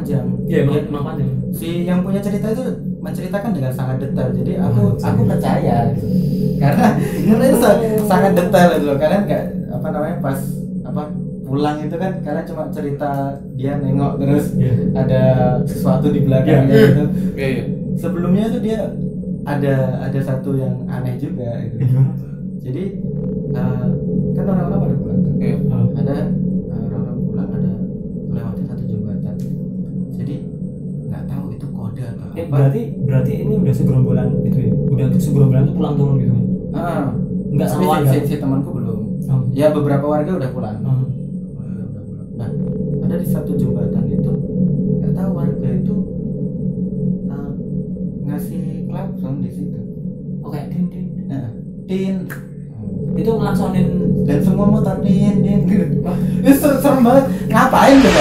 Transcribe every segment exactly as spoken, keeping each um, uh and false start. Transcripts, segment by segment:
panjang. Iya, emang, emang panjang. Si yang punya cerita itu menceritakan dengan sangat detail. Jadi aku oh, aku percaya gitu. Karena karena itu sangat detail itu loh. Kalian nggak apa namanya pas apa pulang itu kan kalian cuma cerita dia nengok terus yeah. ada sesuatu di belakangnya yeah. gitu. Yeah, yeah. Sebelumnya itu dia ada ada satu yang aneh juga gitu. Jadi uh, kan orang-orang pada pulang tuh. Yeah. Ada uh, orang-orang pulang ada melewati satu jembatan. Jadi nggak tahu itu kode atau eh, apa. Berarti berarti ini udah segerombolan itu ya. Udah segerombolan tuh pulang turun gitu. Ah, enggak sama si, warga. Si, si temanku belum. Oh. Ya beberapa warga udah pulang. Oh. Udah pulang. Nah, ada di satu jembatan itu nggak tahu warga itu uh, ngasih klakson di situ. Oh kayak tin tin. Nah, tin. Itu ngelaksonin dan semua motor din din gitu. Wah, itu ser- serem banget. Ngapain coba?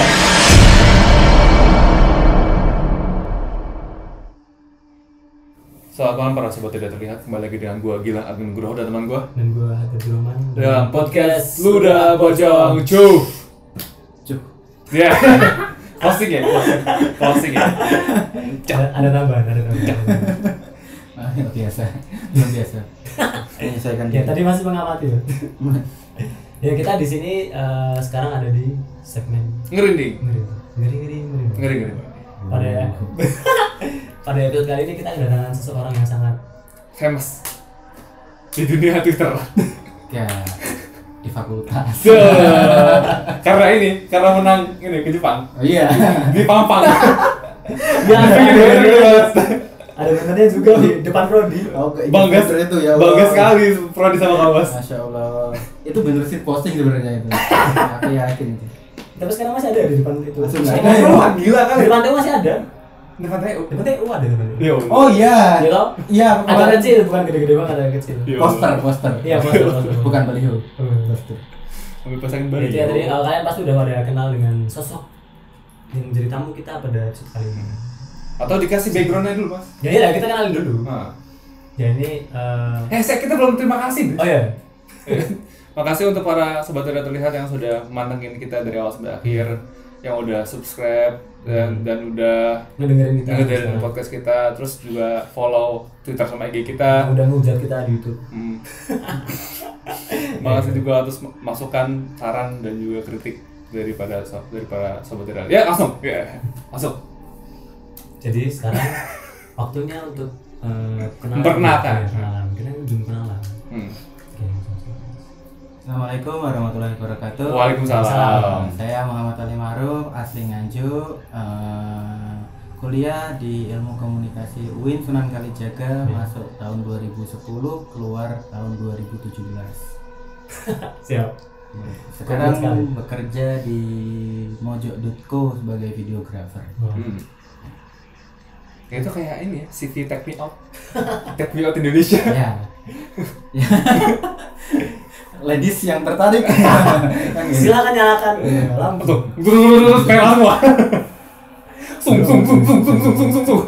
Selamat malam para sobat tidak terlihat. Kembali lagi dengan gua Gilang Agung Nugroho dan teman gua dan gua Hadir Roman dalam podcast Ludah Bojong Cuh. Cuh. Ya. Closing ya, closing. Closing ya. Ada, ada tambahan, ada tambahan. Ah, biasa. Belum biasa. Menyelesaikan ya, tadi masih mengamati loh. Ya kita di sini uh, sekarang ada di segmen ngerinding. Ngeri-ngeri ngeri. Ngeri-ngeri. Pada pada episode kali ini kita kedatangan seseorang yang sangat famous di dunia Twitter. Ya, di fakultas. Karena ini, karena menang ini ke Jepang. Oh iya. Di Pampang. Ya, ada benernya juga di depan Prodi. Oh, bangga itu ya. Bangga sekali Prodi sama kampus. Masya Allah. Itu bener sih posting sebenarnya itu. Aku yakin itu. Tapi sekarang masih ada di depan itu. Masih ada. Oh, gila kan. Di depan itu masih ada. Depan T U. Depan T U ada depan. Oh iya. Iya toh? Iya, ada kecil, bukan gede-gede banget, ada kecil. Poster, poster. Iya, poster, poster. Bukan baliho. Poster. Ambil pasangin balik. Jadi tadi uh, kalian pasti udah pada kenal dengan sosok yang menjadi tamu kita pada episode kali ini. Atau dikasih backgroundnya dulu, Mas. Ya iya, kita kenalin dulu. Nah. Ya ini uh... Eh, saya kita belum terima kasih. Oh iya. Makasih untuk para sobat tidak terlihat yang sudah mantengin kita dari awal sampai akhir, yang udah subscribe dan dan udah ngedengerin kita, ngedengerin podcast kita, terus juga follow Twitter sama I G kita, udah ngujat kita di YouTube. Hmm. Makasih juga atas masukan, saran dan juga kritik daripada dari para sobat tidak. Ya langsung, ya langsung. Jadi sekarang waktunya untuk uh, kenalan. Perkenalkan. Kenalan. Kita belum kenalan. Hmm. Assalamualaikum warahmatullahi wabarakatuh. Waalaikumsalam. Saya Muhammad Ali Ma'ruf, asli Nganjuk, uh, kuliah di Ilmu Komunikasi U I N Sunan Kalijaga, hmm. masuk tahun dua ribu sepuluh, keluar tahun dua ribu tujuh belas. Siap. Sekarang bekerja di mojok dot co sebagai videographer. Hmm. Itu kayak ini ya, C V Take Me Out. Take Me Out Indonesia. Ya. Ya. Ladies yang tertarik. Silakan nyalakan lampu. Tuh, terus kayak lampu. Sung sung sung sung sung sung sung sung sung.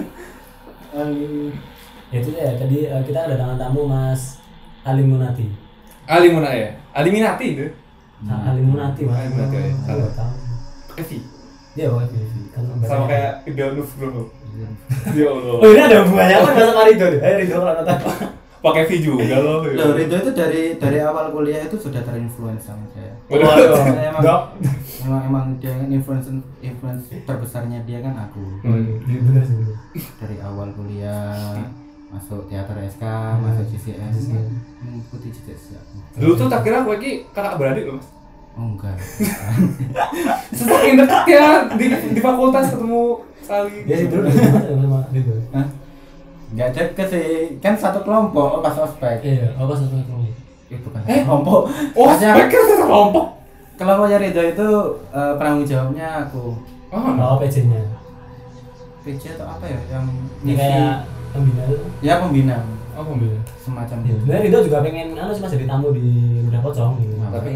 Itu ya, tadi uh, kita kedatangan tamu Mas Ali Munati. Ali Munati ya? Ali Minati itu? Nah, Ali Munati Mas. Ali Munati ya? Salah tahu. Pakai V? Iya pakai V. Kan sama kayak Ida Nugroho. Ya Allah. Oh ini ada hubungannya apa sama Ridho deh? Eh Ridho kalau nonton. Pakai V juga loh. Loh, Ridho itu dari dari awal kuliah itu sudah terinfluence sama saya. Waduh. Emang, emang emang dia kan influence influence terbesarnya dia kan aku. Hmm, benar sih. Dari awal kuliah masuk teater S K, hmm. masuk C C S, mengikuti cita-cita. Dulu tuh tak kira gue ki kakak beradik loh Mas. Oh enggak. Semakin dekat ya di di fakultas ketemu kali. Ya sih dulu sama Ridho. Hah? Enggak deket sih, kan satu kelompok pas ospek. Iya, oh pas satu kelompok. Eh bukan. Eh kelompok. Oh, ospek kan satu kelompok. Kelompoknya Ridho itu uh, penanggung jawabnya aku. Oh, oh P J-nya. P J atau apa ya yang ini kayak pembina itu? Ya pembina. Oh, pembina. Semacam itu. itu. Sebenarnya Ridho juga pengen anu sih Mas jadi tamu di Ludah Pocong gitu. Tapi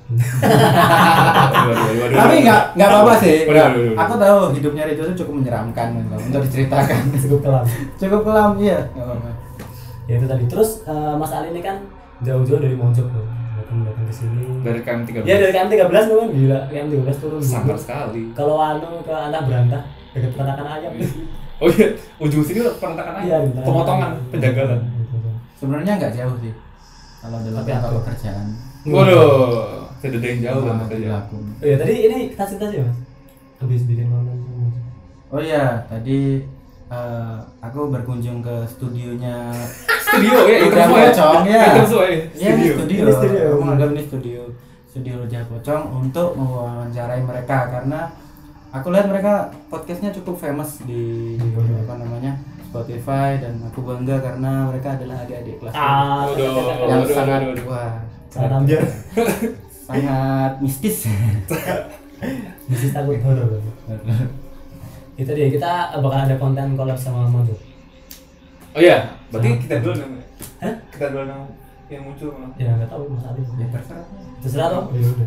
Tapi enggak enggak apa-apa sih. Waduh, waduh, waduh. Aku tahu hidupnya Ridho itu cukup menyeramkan gitu, untuk diceritakan. Cukup kelam. Cukup kelam, iya. Enggak apa-apa. Ya itu tadi. Terus uh, Mas Ali ini kan jauh-jauh dari Mojok loh. kamu datang ke sini. Dari K M tiga belas. Ya dari K M tiga belas kan gila, K M tiga belas turun. Sangar sekali. Kalau anu ke anak berantah dekat peternakan ayam. Oh iya, ujung sini udah perantakan Iya, ayam. beneran. Pemotongan, penjagalan. Sebenarnya nggak jauh sih kalau dalam Tapi rangka aku- pekerjaan. Waduh, tidak ada yang jauh Sama lah di ya. Laku. Oh iya, tadi ini kita cerita aja mas. Habis bikin konten sama. Oh iya, tadi eh, aku berkunjung ke studionya Studio ya, itu Lidah semua ya. Pocong ya. Itu semua ya. Iya, ini studio. Ini studio. Aku menganggap ini studio studio Lidah Pocong untuk mewawancarai mereka karena aku lihat mereka podcastnya cukup famous di Hmm. apa namanya Spotify dan aku bangga karena mereka adalah adik-adik kelas Ah, Waduh. yang waduh, sangat waduh, waduh. wah sangat ambil. sangat mistis. Mesti takut horor. Itu dia, kita bakal ada konten collab sama Madu. Oh iya, berarti Sama. kita dulu namanya. Hah? Kita dulu yang yang muncul mana? Ya nggak tahu Mas Ali. Ya terserah. Terserah toh. Ya udah.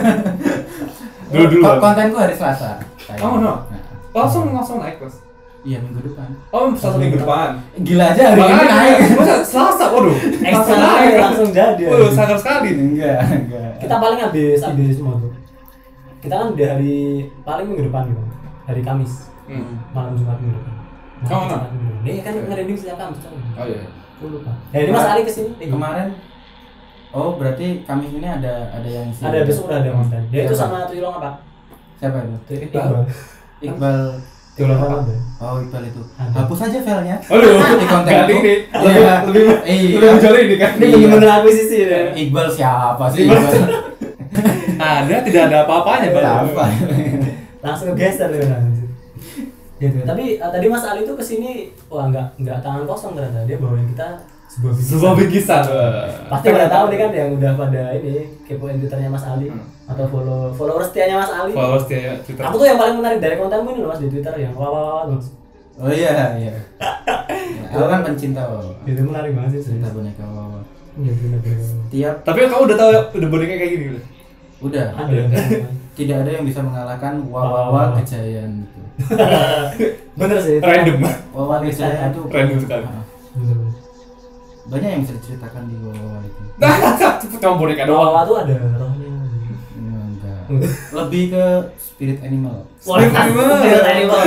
Dulu dulu. Ko- kontenku hari Selasa. Saya- Oh, no. Nah, Langsung langsung naik Mas. iya minggu depan. Oh, satu minggu depan. Gila aja hari ini naik. Makanya, masa Selasa, waduh. Ekstra Langsung naik. langsung jadi. Waduh, sangar sekali nih. Enggak, enggak. Kita paling habis habis Madu. Kita kan di hari paling minggu depan gitu. Hari Kamis. Hmm. Malam Jumat minggu depan. Malam Kamu mana? Jumat minggu depan. Ini kan ngerending setiap Kamis. Coy. Oh iya. Aku lupa. Ya ini Mas Ali kesini. Eh, Kemarin oh berarti Kamis ini ada ada yang isi. ada besok udah ada konten. Dia itu Siapa? sama Tuyulong apa? Siapa itu? Tuyulong Iqbal. Iqbal. Iqbal. Tuyulong apa? Oh Iqbal itu. Ada. Hapus aja filenya. Aduh, di konten ganti aku. nih. Iya. Lebih Iya. lebih menjolin ini kan. Ini ingin mengakuisisi ya. Iqbal siapa sih? Iqbal. Iqbal. Ada tidak ada apa-apanya, Bang. Apa? Langsung geser ya anjir. Gitu. Tapi uh, tadi Mas Ali tuh kesini, wah nggak nggak tangan kosong ternyata, dia bawain kita sebuah bingkisan. Sebuah bingkisan. Pasti pada tahu nih kan yang udah pada ini kepoin twitternya Mas Ali Hmm. atau follow follower setianya Mas Ali. Followers dia ya, Twitter. Aku tuh yang paling menarik dari kontenmu ini loh Mas di Twitter yang wah wah wah Mas. Oh iya iya. Ya, aku kan pencinta Wawa. Itu menarik banget sih. Cinta serius. boneka Wawa. Iya benar-benar. Tiap Tapi kamu udah tahu udah boneka kayak gini udah. udah Ada yang tidak ada yang bisa mengalahkan Wawa Wawa. kejayaan itu. bener sih. itu. Random. Wawa kejayaan itu Random sekali. Ah, Bener, bener. banyak yang bisa diceritakan di Wawa itu. Nah, cuma boneka Wah doang. wah tuh ada rohnya. Enggak. Lebih ke spirit animal. Spirit animal. Spirit animal.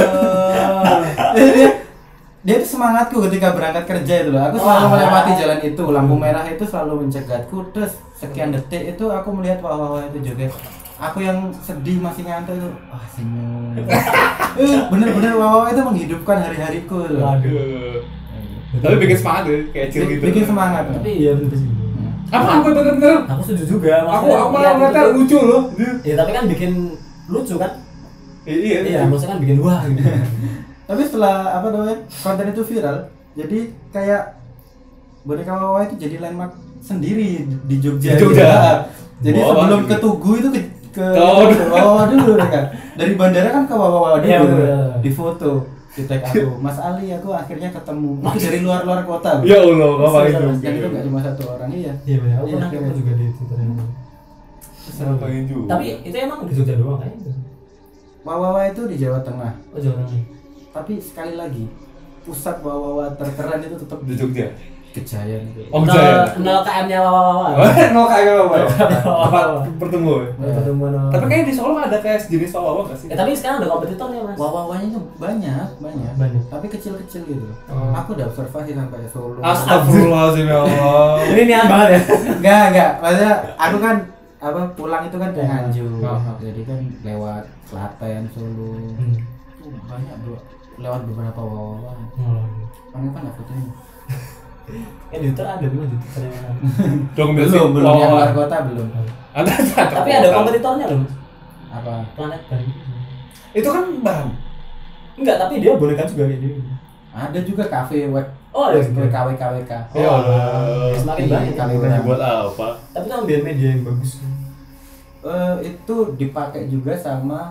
dia, dia tuh semangatku ketika berangkat kerja itu loh. Aku selalu Wah. melewati jalan itu, lampu merah itu selalu mencegatku. Terus sekian detik itu aku melihat Wawa itu joget. Aku yang sedih masih ngantuk itu, wah senyum. Eh, bener-bener Wawa itu menghidupkan hari-hariku loh. Waduh. Tapi bikin semangat deh, kayak chill gitu. Bikin semangat. Tapi iya bener sih. Apa aku bener-bener? Aku setuju juga. Aku maksudnya aku malah lihat ngeliatnya itu- lucu loh. Ya tapi kan bikin lucu kan? Iya. Iya, maksudnya kan bikin wah gitu. Tapi setelah apa namanya konten itu viral, jadi kayak boneka Wawa itu jadi landmark sendiri di Jogja. Di Jogja. Jadi Wawa sebelum juga. ke Tugu itu ke ke Oh, ke Wawa dulu mereka. Dari bandara kan ke Wawa dulu. Iya, bener. Di foto, di tag aku, Mas Ali aku akhirnya ketemu. Itu dari luar-luar kota. loh. Ya Allah, apa Serius, itu? serius. Dan itu nggak cuma satu orang iya. Iya benar. Aku Iya, pernah iya. ketemu juga di Twitter yang. Serem pengen juga. Tapi itu emang di Jogja doang kayaknya. Wawa itu di Jawa Tengah. Oh Jawa Tengah. Tapi sekali lagi pusat Wawa terkeren itu tetap di Jogja. Kejayaan itu. Oh, Nol Jaya. nol K M-nya wah wah wah. No kayak apa? Oh. Tempat bertemu. ya? Nol pertemuan. nol. Tapi kayaknya di Solo ada kayak sejenis Wawa nggak sih? Ya tapi sekarang ada kompetitornya Mas. Wawawanya itu banyak, banyak. Banyak. Tapi kecil-kecil gitu. Oh. Aku udah observasi sampai Solo. Astagfirullahaladzim ya Allah. Ini niat banget ya. Enggak, enggak. Maksudnya aku kan apa pulang itu kan ke Ya. Nganjuk. Aha. Jadi kan lewat Klaten, Solo. Hmm. Tuh banyak bro. Lewat beberapa wawawan. Oh. Mana kan ada fotonya? Kan di Twitter ada belum di Twitter yang. Dong Belum, belum yang Wawa. luar kota belum. Ada ada. Tapi ada kompetitornya loh. Apa? Planet Bali. Itu kan bahan. Enggak, tapi dia boneka juga kayak gitu. Ada juga kafe web. Oh, ada juga. K W K W K. Ya Allah. Semakin Iya, banyak kali kan. berapa? Buat apa? Tapi itu ambil media yang bagus. Eh, itu dipakai juga sama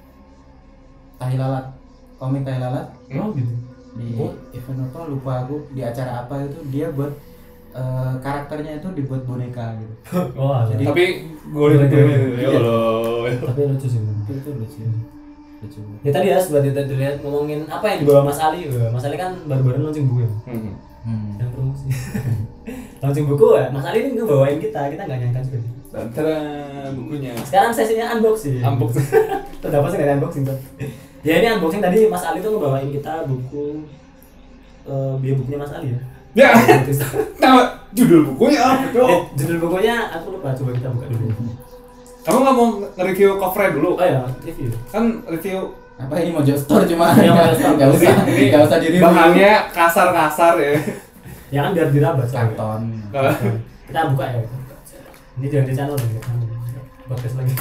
tahi lalat. Komik tahi lalat. Oh gitu. Di Oh. event apa lupa aku di acara apa itu dia buat eh, karakternya itu dibuat boneka gitu. Oh, ada. Jadi- Tapi gue udah ya Allah. Tapi lucu sih. Bang. Itu itu lucu. Lucu. Ya tadi ya seperti tadi dilihat ngomongin apa yang dibawa Mas Ali. Wah, Mas Ali kan baru-baru launching buku ya. Hmm. Hmm. Yang promosi. launching buku ya. Mas Ali ini ngebawain kita, kita nggak nyangka juga. Tantara bukunya. Sekarang sesinya unboxing. Unboxing. Terdapat sih nggak unboxing tuh. Ya ini unboxing tadi Mas Ali tuh ngebawain kita buku uh, biar bukunya Mas Ali ya. Ya. Nama judul bukunya apa tuh? Eh, judul bukunya aku lupa, coba kita buka dulu. Kamu nggak mau nge-review covernya dulu? Oh ya, review. Kan review Apa ini Mojo Store cuma Iya, Mojo Store. nggak usah Ini nggak usah diri bahannya kasar-kasar ya. Ya kan biar diraba soalnya. karton. Kita buka ya. Ini jangan di channel ya. Podcast lagi.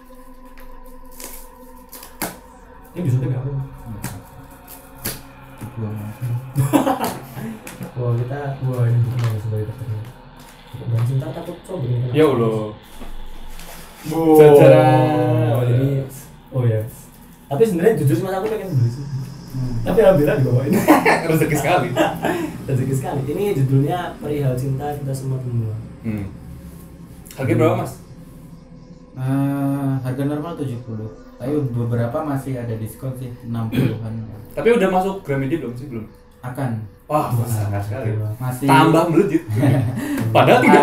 Ini bisa enggak apa? Belum. Wah, kita wah ini bukan sebagai dokternya. Dan cinta takut coba ini. Ya Allah. Bu. Oh, jadi oh ya. Tapi sebenarnya jujur sih Mas aku pengen beli sih. Hmm. Tapi alhamdulillah dibawain. Rezeki sekali. Rezeki sekali. Ini judulnya Perihal Cinta Kita Semua Semua. Hmm. Harga berapa Mas? Eh, harga normal tujuh puluh. Tapi beberapa masih ada diskon sih enam puluhan. Tapi udah masuk Gramedia belum sih belum? Akan Wah, sangat sekali. masih Tambah melejit. Padahal tidak.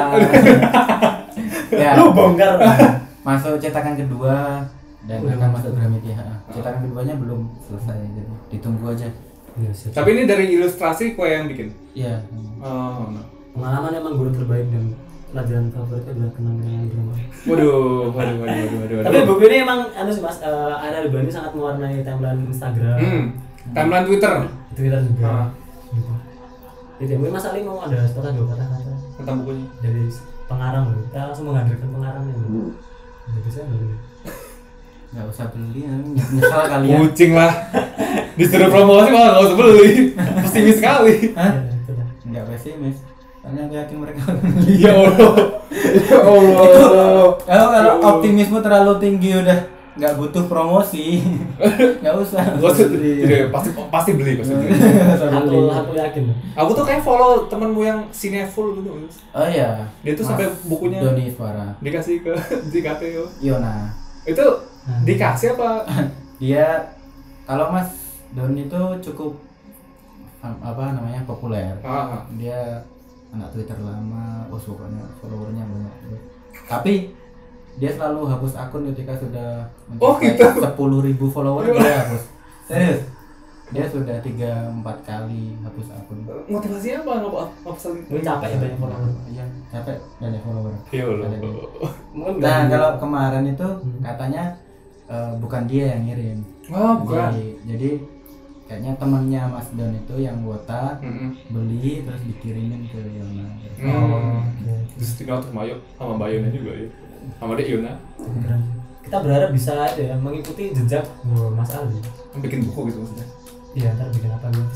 ya, Lu bongkar. masuk cetakan kedua dan Udah akan masuk. masuk Gramedia. Cetakan keduanya belum selesai, jadi ditunggu aja. Iya, siap. Tapi ini dari ilustrasi kue yang bikin. Iya. Oh, no. Pengalaman emang guru terbaik dan pelajaran favoritnya adalah kenang-kenangan drama. Waduh, waduh, waduh, waduh, waduh. Tapi buku ini emang anu sih Mas, uh, Area Albani sangat mewarnai timeline Instagram. Hmm. Timeline Twitter Twitter juga. Ah. Gitu. Jadi mungkin Mas Ali mau ada sepatah dua patah kata tentang bukunya. dari pengarang loh. Kita langsung menghadirkan pengarangnya. loh. Jadi saya beli. Nggak usah beli, nyesal kalian. Kucing lah. Disuruh promosi malah nggak usah beli. Pesimis sekali. Hah? Ya, coba. Nggak pesimis. Karena aku yakin mereka akan beli. Ya Allah. Ya Allah. Kalau kalau optimisme terlalu tinggi udah nggak butuh promosi, nggak usah. Gak usah beli. Tidak, pasti pasti beli pasti beli. Aku aku yakin. Aku tuh kayak follow temenmu yang Cineful gitu. Oh iya. Dia tuh Mas sampai bukunya Doni Iswara. dikasih ke J K T yo. Yona. Itu dikasih apa? Dia kalau Mas Doni itu cukup um, apa namanya populer. Ah, Dia anak Twitter lama, oh pokoknya followernya banyak. Tapi dia selalu hapus akun ketika sudah Oh, gitu? sepuluh ribu follower dia hapus. Serius? Dia sudah tiga empat kali hapus akun. motivasinya apa? Ngapa apa saling? Mungkin capek ya banyak follower. Iya, capek banyak follower. Ya Allah. Ada dia. Mungkin Nah, nggak- kalau kemarin itu Hmm. katanya eh, bukan dia yang ngirim. Oh, bukan. Jadi, jadi kayaknya temannya Mas Don itu yang wota Mm-mm. beli terus dikirimin ke Yona. Hmm. oke. Terus tinggal sama Mayo sama Bayonnya juga ya. Sama dia Yona Keren. Kita berharap bisa itu ya mengikuti jejak oh, Mas Ali. bikin buku gitu maksudnya. Iya, ntar bikin apa gitu.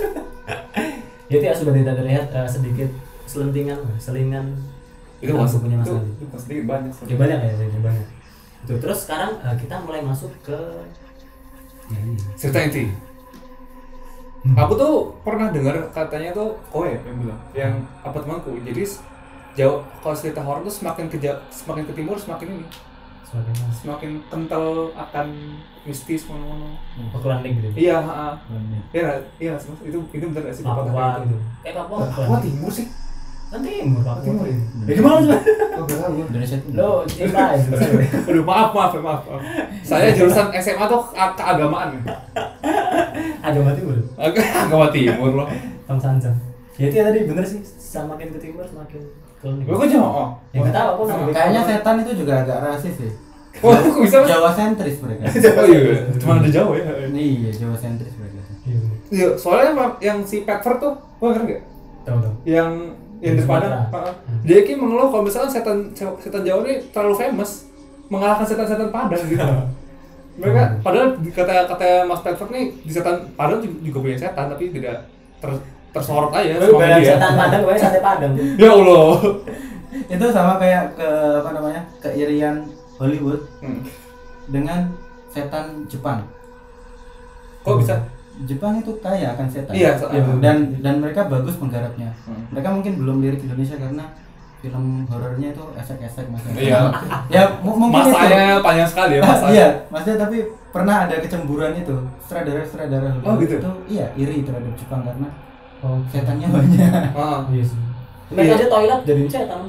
Ya itu ya sudah tidak terlihat eh, sedikit selentingan, selingan Itu tentang masuk bukunya Mas itu, Ali. itu pas sedikit banyak. Ya banyak ya, ya banyak. Tuh, terus sekarang eh, kita mulai masuk ke ya, ini. Cerita inti. Hmm. Aku tuh pernah dengar katanya tuh kowe yang bilang, yang apa temanku. Jadi s- jauh kalau cerita horor tuh semakin ke ja- semakin ke timur semakin ini, Sebagai Mas semakin kental akan mistis mana-mana. Pekulan Link gitu. Iya, heeh. Iya, nggak? Iya, nggak sih, Mas? itu itu benar nggak sih? Papua Pepatah gitu. itu? Kayak Papua. Papua timur sih. Kan timur Papua. Timur ya? Ya gimana sih? Mas? Oh, gak tahu. Indonesia itu Lo cinta itu. Aduh, maaf, maaf, maaf, maaf. Saya jurusan S M A tuh ke- keagamaan. Agama timur. Ag- Agama timur loh. Bang Sanjang. Ya itu ya tadi bener sih, semakin ke timur semakin ke Gue kok Jawa? Ya nggak tahu aku nggak Kayaknya setan itu juga agak rasis sih. Oh, kok bisa? Mas? Jawa sentris mereka. Oh iya, cuma ada Jawa ya. Iya, Jawa sentris mereka. Iya, bener. Iya, soalnya emang yang si Petver tuh, gue ngerti gak? Tahu tahu. Yang yang Di di Padang, Sumatera. Heeh. dia ini mengeluh kalau misalnya setan setan Jawa ini terlalu famous, mengalahkan setan-setan Padang gitu. Mereka padahal di- kata kata Mas Petver nih di setan Padang juga, juga punya setan tapi tidak ter, tersorot aja Lu sama bayar dia. setan Padang, gue sate Padang. Ya Allah. Itu sama kayak ke apa namanya? Keirian Hollywood Hmm. dengan setan Jepang. Kok bisa? Jepang itu kaya akan setan. Iya, so- Ya, dan dan mereka bagus menggarapnya. Hmm. Mereka mungkin belum lirik Indonesia karena film horornya itu esek-esek maksudnya. Iya. Ya mu- mungkin Masanya panjang sekali ya itu. masanya. Iya, maksudnya tapi pernah ada kecemburuan itu. Sutradara-sutradara Hollywood Oh, gitu? itu iya iri terhadap Jepang karena Oh, setannya banyak. Ah. iya sih. Mereka Iya. aja toilet jadi setan.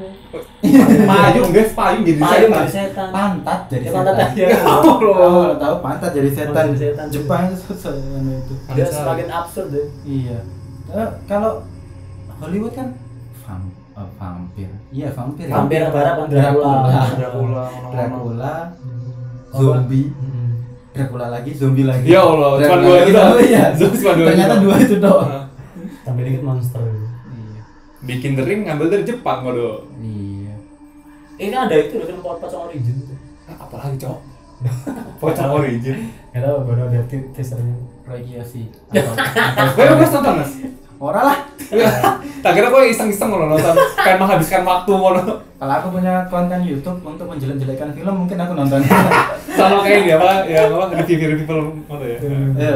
Payung guys, payung jadi Payung setan. jadi setan. Pantat jadi Ya, pantat setan. aja. Kamu kalau tahu pantat jadi setan. Pantat jadi setan. Jepang itu susah anu itu. Dia Ada semakin absurd deh. Iya. Eh, kalau Hollywood kan vam, eh, vampir. Iya, vampir. Vampir barat kan Dracula. Dracula. Dracula, Dracula, Oh, zombie, Hmm. Dracula lagi, zombie lagi. Ya Allah, cuma Dracula dua lagi, itu doang. zombie, Iya. Cuma dua itu Ternyata doang. dua itu doang. Nah, Sampai dikit monster. Iya. bikin The Ring ngambil dari Jepang waduh. Iya. Ini ada itu loh film Pocong Origin tuh. Apalagi cok? Pocong Origin. Gak tau, baru ada te- teasernya. Regiasi. Gue udah nonton mas. Ora lah. Tak kira gue iseng-iseng ngono nonton, kayak menghabiskan waktu ngono. Kalau aku punya konten YouTube untuk menjelek-jelekan film, mungkin aku nonton. Sama kayak dia apa? Ya apa? Review-review film ngono ya. Iya.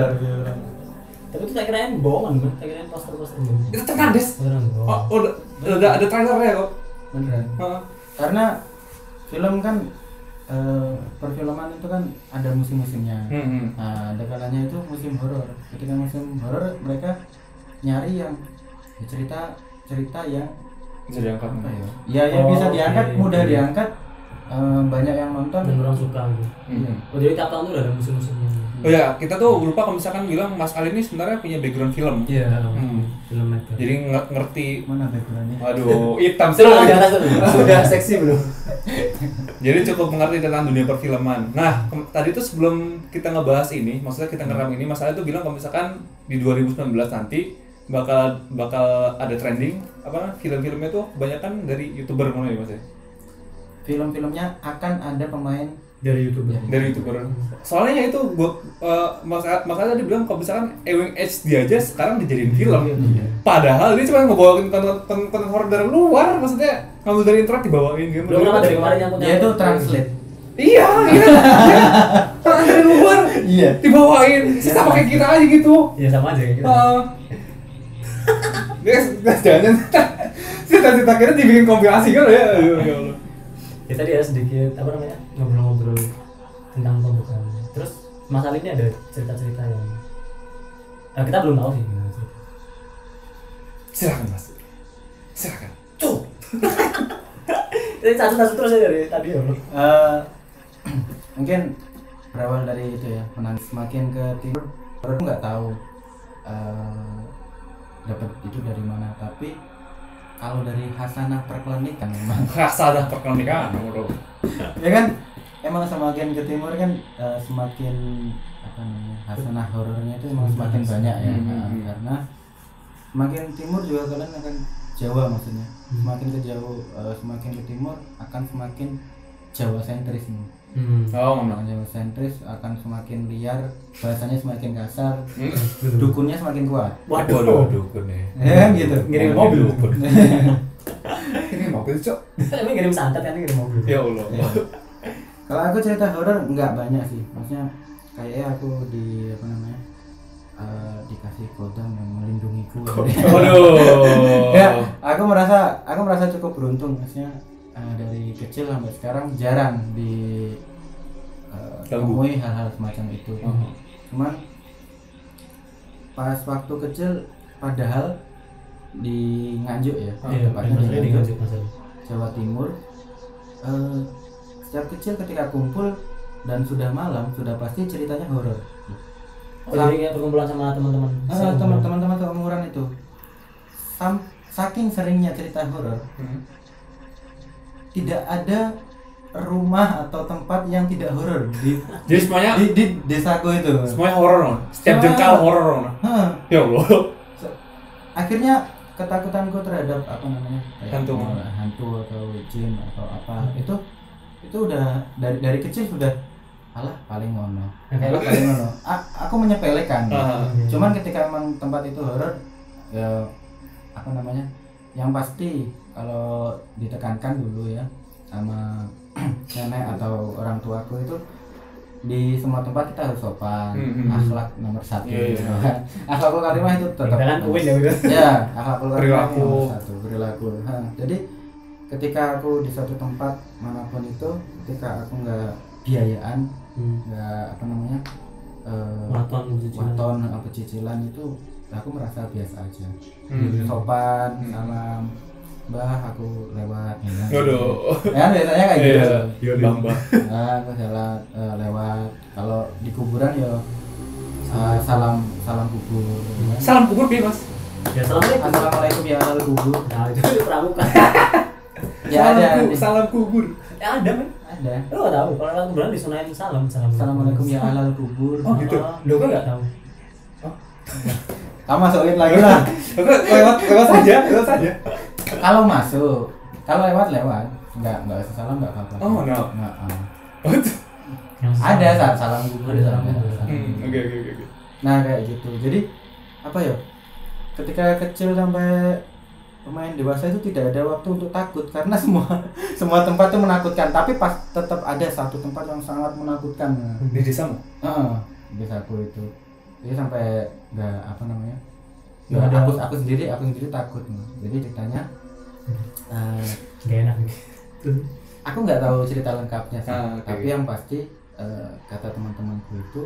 Tapi itu tak kirain bohongan kan? Tak kirain poster-poster gitu. Itu tenan des. Beneran Oh, bohong. udah udah ada trailernya kok. Beneran. Heeh. Karena film kan eh, perfilman itu kan ada musim-musimnya. Hmm. Nah, ada kalanya itu musim horor. Ketika musim horor mereka nyari yang ya cerita cerita yang Bisa diangkat. apa ya? Ya yang Oh, bisa diangkat, oke. mudah diangkat, eh, banyak yang nonton. Dan orang suka gitu. Hmm. Oh jadi tiap tahun tuh udah ada musim-musimnya. Oh ya, kita tuh lupa kalau misalkan bilang Mas Ali ini sebenarnya punya background film. Iya. Hmm. Film itu. Jadi nge- ngerti. Mana backgroundnya? Waduh, hitam Sudah sekali. di atas tuh. Sudah seksi belum? Jadi cukup mengerti tentang dunia perfilman. Nah, ke- tadi tuh sebelum kita ngebahas ini, maksudnya kita ngeram ini, Mas Ali tuh bilang kalau misalkan di dua ribu sembilan belas nanti bakal bakal ada trending apa film-filmnya tuh kebanyakan dari YouTuber mana ya Mas ya? Film-filmnya akan ada pemain Dari YouTube ya. Dari YouTuber. Soalnya ya itu gua uh, Mas Mas Ali tadi bilang kalau misalkan Ewing H D aja sekarang dijadiin film. Iya. Padahal dia cuma ngebawain konten konten horor dari luar, maksudnya ngambil dari internet dibawain gitu. Belum pernah dari kemarin yang punya. Dia itu translate. Iya, iya. Orang dari luar Iya. dibawain. Sisa pakai kita aja gitu. Iya sama aja kayak gitu. Heeh. Guys, guys jangan. Cita-cita kita dibikin kompilasi kan ya. Aduh, ya Allah. Ya tadi ya sedikit apa namanya ngobrol-ngobrol tentang pembukaan. Terus masalah ini ada cerita-cerita yang nah, kita belum tahu sih gimana cerita. Silakan Mas. Silakan. Tuh. Jadi satu-satu terus aja dari tadi ya. Bro. Eh, mungkin berawal dari itu ya, menang semakin ke timur baru nggak tahu eh, dapat itu dari mana, tapi kalau dari hasanah perkelenikan memang Hasanah perkelenikan, bro. ya kan emang semakin ke timur kan eh, semakin apa namanya hasanah horornya itu emang semakin banyak ya. Hmm. Nah, karena semakin timur juga kalian akan Jawa maksudnya semakin ke jauh eh, semakin ke timur akan semakin Jawa sentris nih. Hmm. Oh, Orang mana? Jawa sentris akan semakin liar, bahasanya semakin kasar, Hmm. dukunnya semakin kuat. Waduh. dukun ya. Ya kan gitu. Ngirim mobil. Dukun. Ini mobil, Cok. Tapi ngirim santet kan ngirim mobil. Ya Allah. Ya. Kalau aku cerita horor nggak banyak sih, maksudnya kayaknya aku di apa namanya eh, dikasih kodam yang melindungiku. Waduh. Ya, aku merasa aku merasa cukup beruntung, maksudnya eh, dari kecil sampai sekarang jarang di eh, Ganggu. temui hal-hal semacam itu. Mhm. Cuman pas waktu kecil, padahal di Nganjuk ya, Iya, tepatnya di maksudnya di Nganjuk, Nganjuk masalah. Jawa Timur. Eh, setiap kecil ketika kumpul dan sudah malam sudah pasti ceritanya horor. Oh, jadi kayak perkumpulan sama teman-teman. Ah, teman-teman seumuran itu, Sam, saking seringnya cerita horor, Hmm. tidak ada rumah atau tempat yang tidak horor di Jadi semuanya di, di desaku itu. semuanya horor, no? Setiap Semua- jengkal horor, no? Hah. Ya Allah. So- akhirnya ketakutanku terhadap apa namanya kayak Hantu. mau hantu atau jin atau apa itu itu udah dari dari kecil sudah alah paling ngono alah paling ngono A- aku menyepelekan Ah. cuman ketika emang tempat itu horor ya apa namanya yang pasti kalau ditekankan dulu ya sama nenek atau orang tuaku itu di semua tempat kita harus sopan, Hmm. akhlak nomor satu. Iya, iya. Akhlakul karimah itu tetap. Kita kan uin ya, udah. Ya, akhlakul karimah itu Perilaku. nomor satu, perilaku. Ha, jadi ketika aku di suatu tempat manapun itu, ketika aku nggak biayaan, Hmm. nggak apa namanya, eh, Waton cicilan. waton apa cicilan itu, aku merasa biasa aja. Hmm. Sopan, Hmm. salam. Mbah aku lewat ya. Waduh. Ya biasanya kayak gitu. Iya, Bang. Nah, aku jalan eh, lewat. Kalau di kuburan ya eh, salam salam kubur. ya. Salam kubur piye, Mas? Ya assalamualaikum. Assalamualaikum ya ahli kubur. Nah itu pramuka. Ya salam ada. ku- salam kubur. Ya ada men. Ada. Lu nggak tahu kalau orang kuburan disunahin salam. Assalamualaikum ya ahli kubur. Oh, gitu. Lu kan nggak tahu. Kamu masukin lagi lah. lewat lewat saja, lewat saja. Kalau masuk, kalau lewat lewat. Enggak, enggak usah salam enggak apa-apa. Oh, no. Enggak. ah. Oh, Ada saat salam kubur. Ada salam ada. kubur. Hmm, oke oke oke oke. Nah kayak gitu. Jadi apa ya? Ketika kecil sampai pemain dewasa itu tidak ada waktu untuk takut karena semua semua tempat itu menakutkan. Tapi pas tetap ada satu tempat yang sangat menakutkan. Di desamu? Heeh, di desaku itu. Jadi sampai nggak apa namanya? Nggak Ya, ada. aku aku sendiri aku sendiri takut. Jadi ditanya. eh, Gak enak. aku nggak tahu cerita lengkapnya sih. Ah, oke. Tapi yang pasti eh, kata teman-temanku itu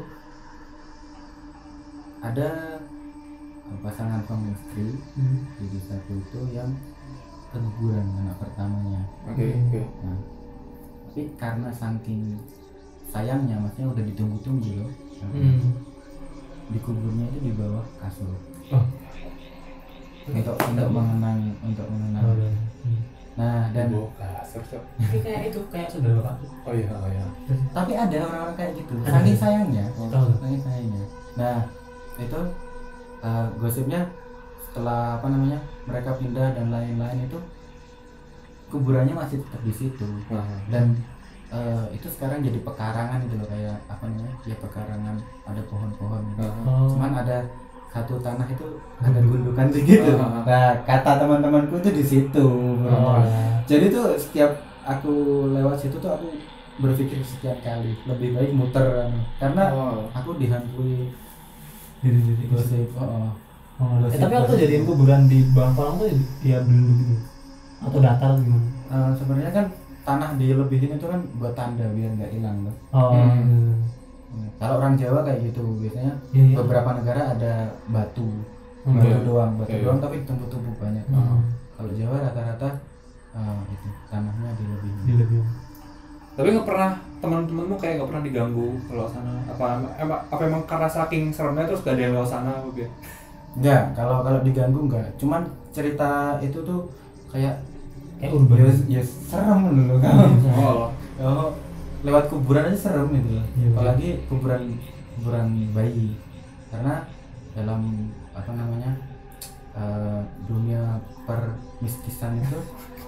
ada eh, pasangan suami istri di desaku itu yang keguguran anak pertamanya. Oke oke. Nah, tapi karena saking sayangnya, maksudnya udah ditunggu-tunggu loh. Hmm. Dikuburnya itu di bawah kasur. Oh. Untuk untuk mengenang untuk mengenang. Oh, iya. Hmm. Nah dan Oh, kasar, Cok. Ini kayak itu kayak saudara bapak. Oh iya, oh iya. tapi ada orang-orang kayak gitu. Ada. Saking sayangnya, Tahu. saking sayangnya. Nah itu eh, gosipnya setelah apa namanya mereka pindah dan lain-lain itu kuburannya masih tetap di situ. Nah, Dan eh, itu sekarang jadi pekarangan gitu loh, kayak apa namanya ya pekarangan ada pohon-pohon gitu. nah. Oh. Cuman ada satu tanah itu ada gundukan begitu. Ah. Nah kata teman-temanku tuh di situ. Oh. Jadi tuh setiap aku lewat situ tuh aku berpikir sekian kali lebih baik muter anu. Karena Oh. aku dihantui Diri-diri. gosip. Oh, Oh, eh, tapi waktu jadiin kuburan di bawah kolam tuh dia belum gitu atau datar gimana? Eh, sebenarnya kan tanah dilebihin itu kan buat tanda biar nggak hilang loh. Oh, Hmm. Hmm. Kalau orang Jawa kayak gitu biasanya Iya, iya. beberapa negara ada batu, Hmm. batu Iya. doang, batu Iya. doang tapi tumpuk-tumpuk banyak. Hmm. Kalau Jawa rata-rata eh, itu tanahnya dilebihin. Di lebih. Tapi nggak pernah teman-temanmu kayak nggak pernah diganggu kalau sana apa emang apa emang karena saking seremnya terus gak ada yang lewat sana apa gitu? Enggak, kalau kalau diganggu enggak. Cuman cerita itu tuh kayak Kayak urban. ya, ya serem dulu kan. Oh, Oh, lewat kuburan aja serem gitu loh. Iya, Apalagi kuburan kuburan bayi. Karena dalam apa namanya? eh, dunia permistisan itu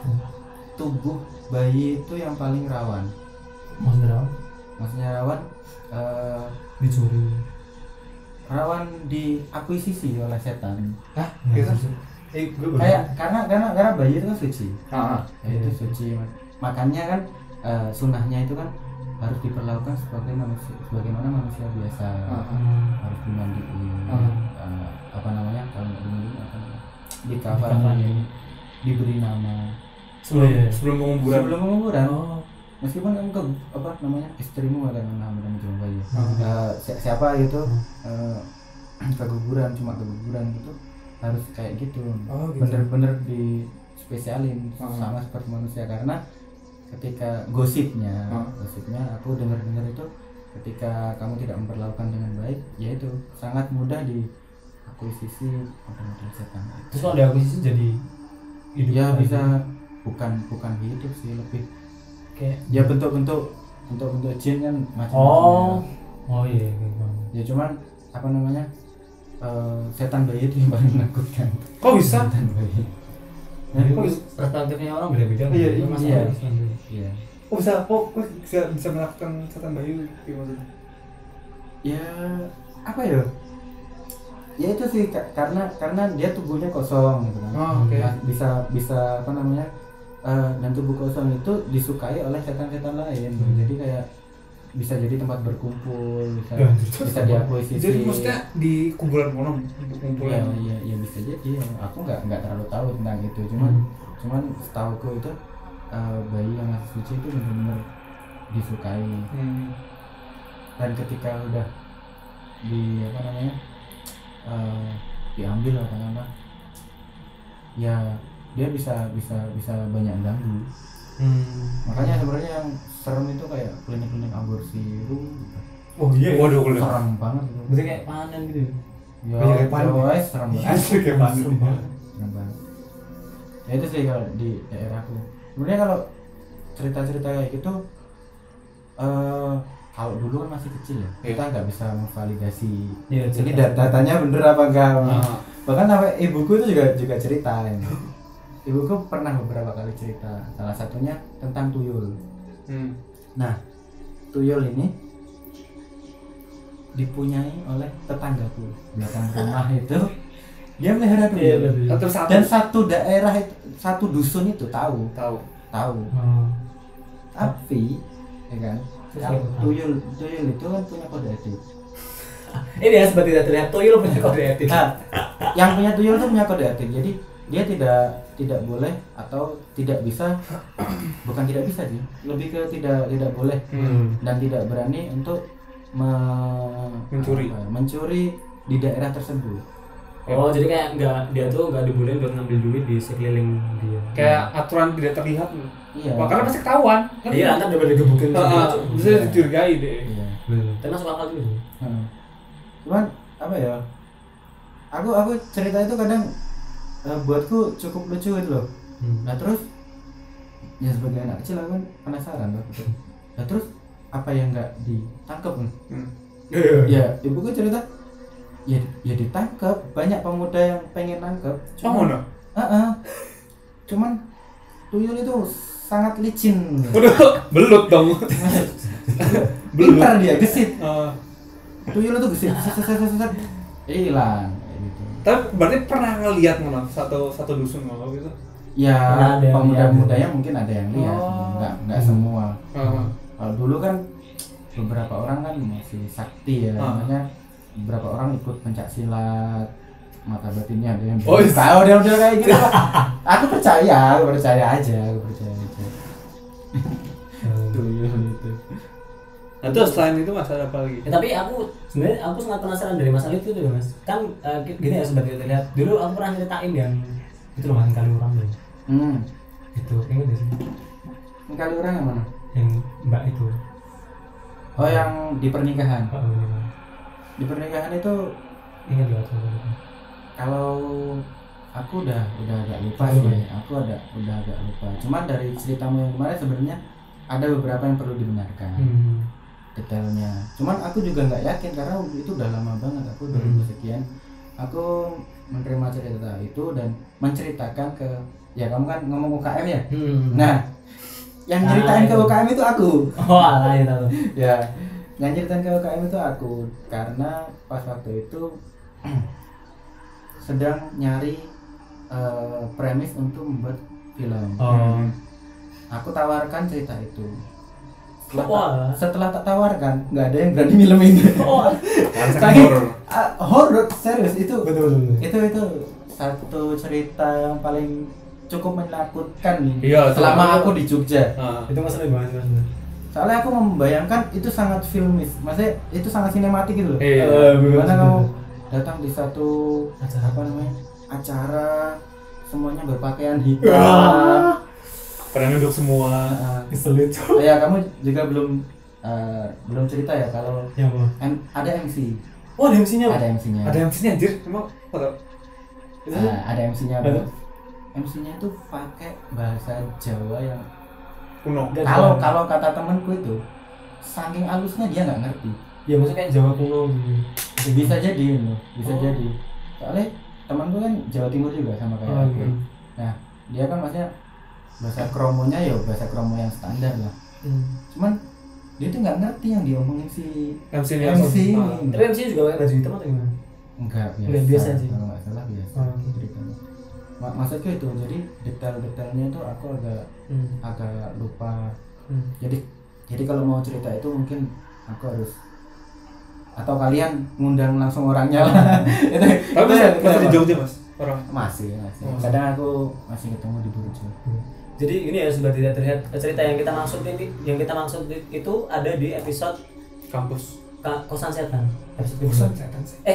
tubuh bayi itu yang paling rawan. Maksudnya apa? Maksudnya rawan eh, Dicuri. rawan diakuisisi oleh setan. hah? Ya, Gitu? terus- Eh, gue baru- Kayak karena karena karena bayi itu kan suci. Ah, Ya, itu Iya. suci. Makanya kan eh, sunnahnya itu kan harus diperlakukan sebagai manusia sebagaimana manusia biasa. ah. Hmm. Harus dimandiin. Hmm. eh, apa namanya? Kalau nggak dimandiin apa namanya? Dikafani. Dikafani, diberi nama. Oh, iya. Sebelum penguburan. Sebelum penguburan. Oh. Meskipun kamu ke apa namanya istrimu ada nama dalam jumlah bayi. Hmm. Eh, si- siapa gitu Hmm. eh, keguguran cuma keguguran gitu harus kayak gitu. Oh, gitu. Bener-bener di spesialin Hmm. sama seperti manusia karena ketika gosipnya Hmm. gosipnya aku dengar-dengar itu ketika kamu tidak memperlakukan dengan baik yaitu sangat mudah diakuisisi model-model setan. Terus kalau diakuisisi jadi hidup Ya lagi. bisa bukan bukan hidup sih lebih kayak ya bentuk-bentuk bentuk-bentuk jin kan macam-macam. oh ya. oh iya kayak gitu. Ya cuman apa namanya eh, setan bayi itu yang paling menakutkan. Kok bisa? Setan bayi. Jadi kok bisa? perspektifnya orang beda-beda. Iya, kan? iya, Masalah iya. Islam dulu. Iya. Kok bisa? Kok kok bisa bisa melakukan setan bayi gimana? Ya apa ya? Ya itu sih Kak, karena karena dia tubuhnya kosong gitu kan. Oh, oke. Nah, bisa bisa apa namanya? eh, dan tubuh kosong itu disukai oleh setan-setan lain. Hmm. Jadi kayak bisa jadi tempat berkumpul, bisa Ya, bisa diakuisisi. Jadi maksudnya di kuburan mono Iya, kumpulan. iya, iya bisa jadi. Ya. Aku nggak nggak terlalu tahu tentang itu, cuman Hmm. cuman setahuku itu eh, bayi yang masih suci itu benar-benar disukai. Hmm. Dan ketika udah di apa namanya eh, diambil atau apa, ya dia bisa bisa bisa banyak ganggu. Hmm. Makanya sebenarnya yang serem itu kayak klinik-klinik aborsi itu Oh iya. Waduh, kulit. serem banget itu. Berarti kayak panen gitu. Ya, Banyak kayak panen. jauh aja serem banget. Asli kayak panen. Serem banget. Serem banget. Ya itu sih kalau di daerahku. Sebenarnya kalau cerita-cerita kayak gitu, eh kalau dulu kan masih kecil ya, Iya. kita nggak bisa memvalidasi. Iya, Jadi cerita. dat- datanya bener apa enggak. Ah. Bahkan sampai ibuku itu juga juga cerita. Ya. Ibuku pernah beberapa kali cerita. Salah satunya tentang tuyul. Hmm. Nah, tuyul ini dipunyai oleh tetanggaku belakang rumah itu. Dia melihara Iya, tuyul. betul. Tetap satu. Dan satu daerah itu, satu dusun itu tahu, Tahu. tahu. Oh. Tapi, ya kan, Terus kalau apa? tuyul, tuyul itu kan punya kode etik. Ini ya seperti tidak terlihat tuyul punya kode etik. Nah, yang punya tuyul itu punya kode etik. Jadi dia tidak tidak boleh atau tidak bisa, bukan tidak bisa sih, lebih ke tidak tidak boleh Hmm. dan tidak berani untuk me- Mencuri. apa, mencuri di daerah tersebut. Oh, jadi kayak nggak dia tuh nggak dibolehin buat ngambil duit di sekeliling dia. Kayak aturan tidak terlihat. Iya. Wah, karena pasti ketahuan. Kan Iya, ntar udah digebukin. Heeh, bisa Iya. dicurigai deh. Iya. Bener. Tapi masuk akal juga. Hmm. Cuman apa ya? Aku aku cerita itu kadang eh, buatku cukup lucu gitu loh. Hmm. Nah terus ya sebagai anak kecil aku kan penasaran loh. Gitu. Nah terus apa yang nggak ditangkap? Hmm. Ya ibuku cerita ya ya ditangkap, banyak pemuda yang pengen nangkep. Oh, mana? Heeh. Cuman tuyul itu sangat licin. Udah belut dong. Belut. Pintar dia, gesit. Eh, Tuyul itu gesit, set set set set, set. hilang kayak gitu. tapi berarti pernah ngelihat mana satu satu dusun kalau gitu. Ya Pernah ada yang pemuda-mudanya lihat. mungkin ada yang lihat, Oh. nggak nggak Hmm. semua. Heeh. Kalau dulu kan beberapa orang kan masih sakti ya, Ah. makanya beberapa orang ikut pencak silat, mata batinnya ada yang Oh, iya. tahu dia udah kayak gitu. Aku percaya, aku percaya aja, aku percaya aja. Tuyul itu. Nah, terus selain itu mas ada apa lagi? Ya, tapi aku sebenarnya aku sangat penasaran dari masalah itu tuh mas. Kan eh, gini ya sebagai terlihat. Dulu aku pernah ceritain yang itu loh mas kali orang tuh. Hmm. Itu ingat gak sih? Ini kali orang yang mana? Yang mbak itu. Oh yang di pernikahan. Oh, ini, Mas. Di pernikahan itu Ingat gak tuh? kalau aku udah udah agak lupa Lupa. sih, aku ada udah agak lupa. Cuman dari ceritamu yang kemarin sebenarnya ada beberapa yang perlu dibenarkan Hmm. detailnya. Cuman aku juga nggak yakin karena itu udah lama banget. Aku dua ribu Hmm. sekian. Aku menerima cerita itu dan menceritakan ke ya kamu kan ngomong U K M ya. Hmm. Nah, yang Ah, nyeritain ke itu. U K M itu aku. Oh alah ya tahu. Ya, yang nyeritain ke U K M itu aku karena pas waktu itu sedang nyari eh, premis untuk membuat film. Oh. Aku tawarkan cerita itu. Setelah, Wah. ta- setelah tak tawarkan, nggak ada yang berani filmin. Oh. Saking- ah, horor serius itu. Betul betul. betul. Itu itu satu cerita yang paling cukup menakutkan nih. Iya, selama itu- aku di Jogja. Ah. Itu masalah banget mas. Soalnya aku membayangkan itu sangat filmis, maksudnya itu sangat sinematik gitu loh. Iya. Eh, Gimana bener. kamu datang di satu Acara. apa namanya acara semuanya berpakaian hitam. Ah. Pada duduk semua. Nah, Kesel itu. ya kamu juga belum eh, belum cerita ya kalau Ya apa? M- ada M C, Oh ada M C-nya. ada M C-nya. Ada yang sini anjir, emang apa? Nah, ada M C-nya. Ada. M C-nya itu pakai bahasa Jawa yang Kuno. Dan kalau Jawa. kalau kata temanku itu saking halusnya dia nggak ngerti. Ya maksudnya kayak Jawa kuno gitu. Bisa jadi loh, bisa Oh. jadi. Soalnya temanku kan Jawa Timur juga sama kayak Oh, aku. iya. Nah, dia kan maksudnya bahasa kromonya ya bahasa kromo yang standar lah. Hmm. Cuman dia tuh nggak ngerti yang diomongin si M C ini M C ini. apa? Tapi M C juga pakai baju hitam atau gimana? Enggak biasa. Enggak, biasa sih. Kalau nggak salah biasa. Oh. ceritanya. Ma- maksudnya itu, jadi detail-detailnya itu aku agak Hmm. agak lupa. Hmm. Jadi jadi kalau mau cerita itu mungkin aku harus atau kalian ngundang langsung orangnya lah. itu, Tapi itu masih, yang- masih di kenapa? Jogja mas orang. Masih, masih. Oh. Kadang aku masih ketemu di Burjo. Jadi ini ya sudah tidak terlihat cerita yang kita maksud ini, yang kita maksud itu ada di episode Kampus. Ka- kosan setan. Episode Bosan kedua. setan sih. Eh,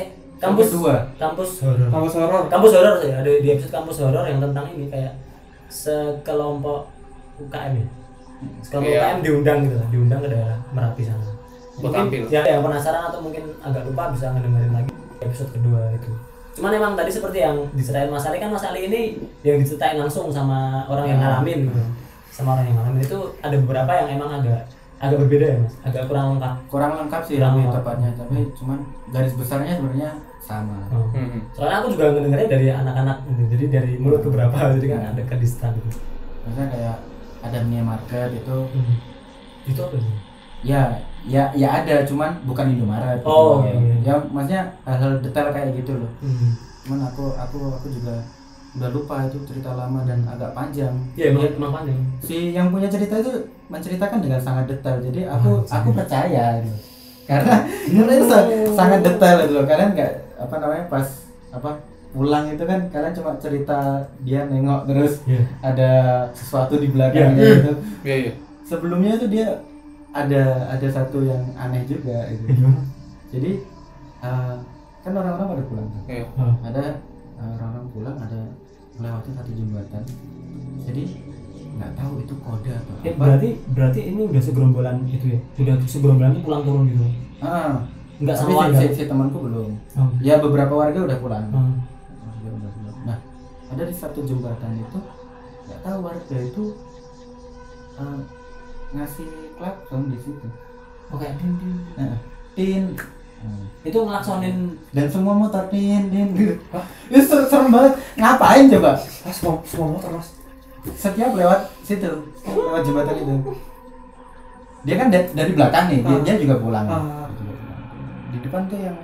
kampus dua. kampus horor Kampus horor. kampus horor sih ada di episode kampus horor yang tentang ini kayak sekelompok U K M ya sekelompok Iya. U K M diundang gitu lah diundang ke daerah Merapi sana Buat mungkin tampil. ya yang penasaran atau mungkin agak lupa bisa ngedengerin lagi episode kedua itu cuman emang tadi seperti yang diceritain Mas Ali kan Mas Ali ini yang diceritain langsung sama orang yang ngalamin gitu sama orang yang ngalamin itu ada beberapa yang emang agak agak berbeda ya Mas agak kurang lengkap Kurang lengkap sih Kurang lebih lengkap. tepatnya, tapi cuman garis besarnya sebenarnya sama. Oh. Hmm. Soalnya aku juga ngedengarnya dari anak-anak gitu. Jadi dari mulut ke beberapa jadi kan ada kedistan gitu. Maksudnya kayak ada minimarket itu Hmm. Itu apa sih? ya ya ya ada, cuman bukan Indomaret. Oh, gitu. iya, iya. Ya maksudnya hal-hal detail kayak gitu loh. Hmm. Cuman aku aku aku juga udah lupa itu cerita lama dan agak panjang. Iya, emang, emang panjang. Si yang punya cerita itu menceritakan dengan sangat detail, jadi aku Ah, aku percaya gitu. karena karena itu sa- sangat detail itu loh. Kalian nggak apa namanya pas apa pulang itu kan kalian cuma cerita dia nengok terus Iya. ada sesuatu di belakangnya Iya. gitu. Iya iya. Sebelumnya itu dia ada ada satu yang aneh juga gitu. Gimana? Jadi uh, kan orang-orang pada pulang tuh. Iya. Oh. Ada uh, orang-orang pulang, ada melewati satu jembatan. Jadi nggak tahu itu kode atau Eh, apa. berarti berarti ini udah segerombolan itu ya. Udah segerombolan itu pulang turun gitu. Ah, Enggak tapi sama si, warga. si, si temanku belum. Oh. Ya beberapa warga udah pulang. Oh. Warga udah pulang. Nah, ada di satu jembatan itu nggak tahu warga itu uh, ngasih klakson di situ. Oke, din din. Nah, tin. Nah, Itu ngelaksonin dan semua motor tin tin gitu. Itu ser- serem banget. Ngapain coba? Ah, semua semua motor mas. Setiap lewat situ, lewat jembatan itu. Dia kan da- dari belakang nih, dia, Ah. dia juga pulang. Ah. Dia juga pulang. Di depan tuh yang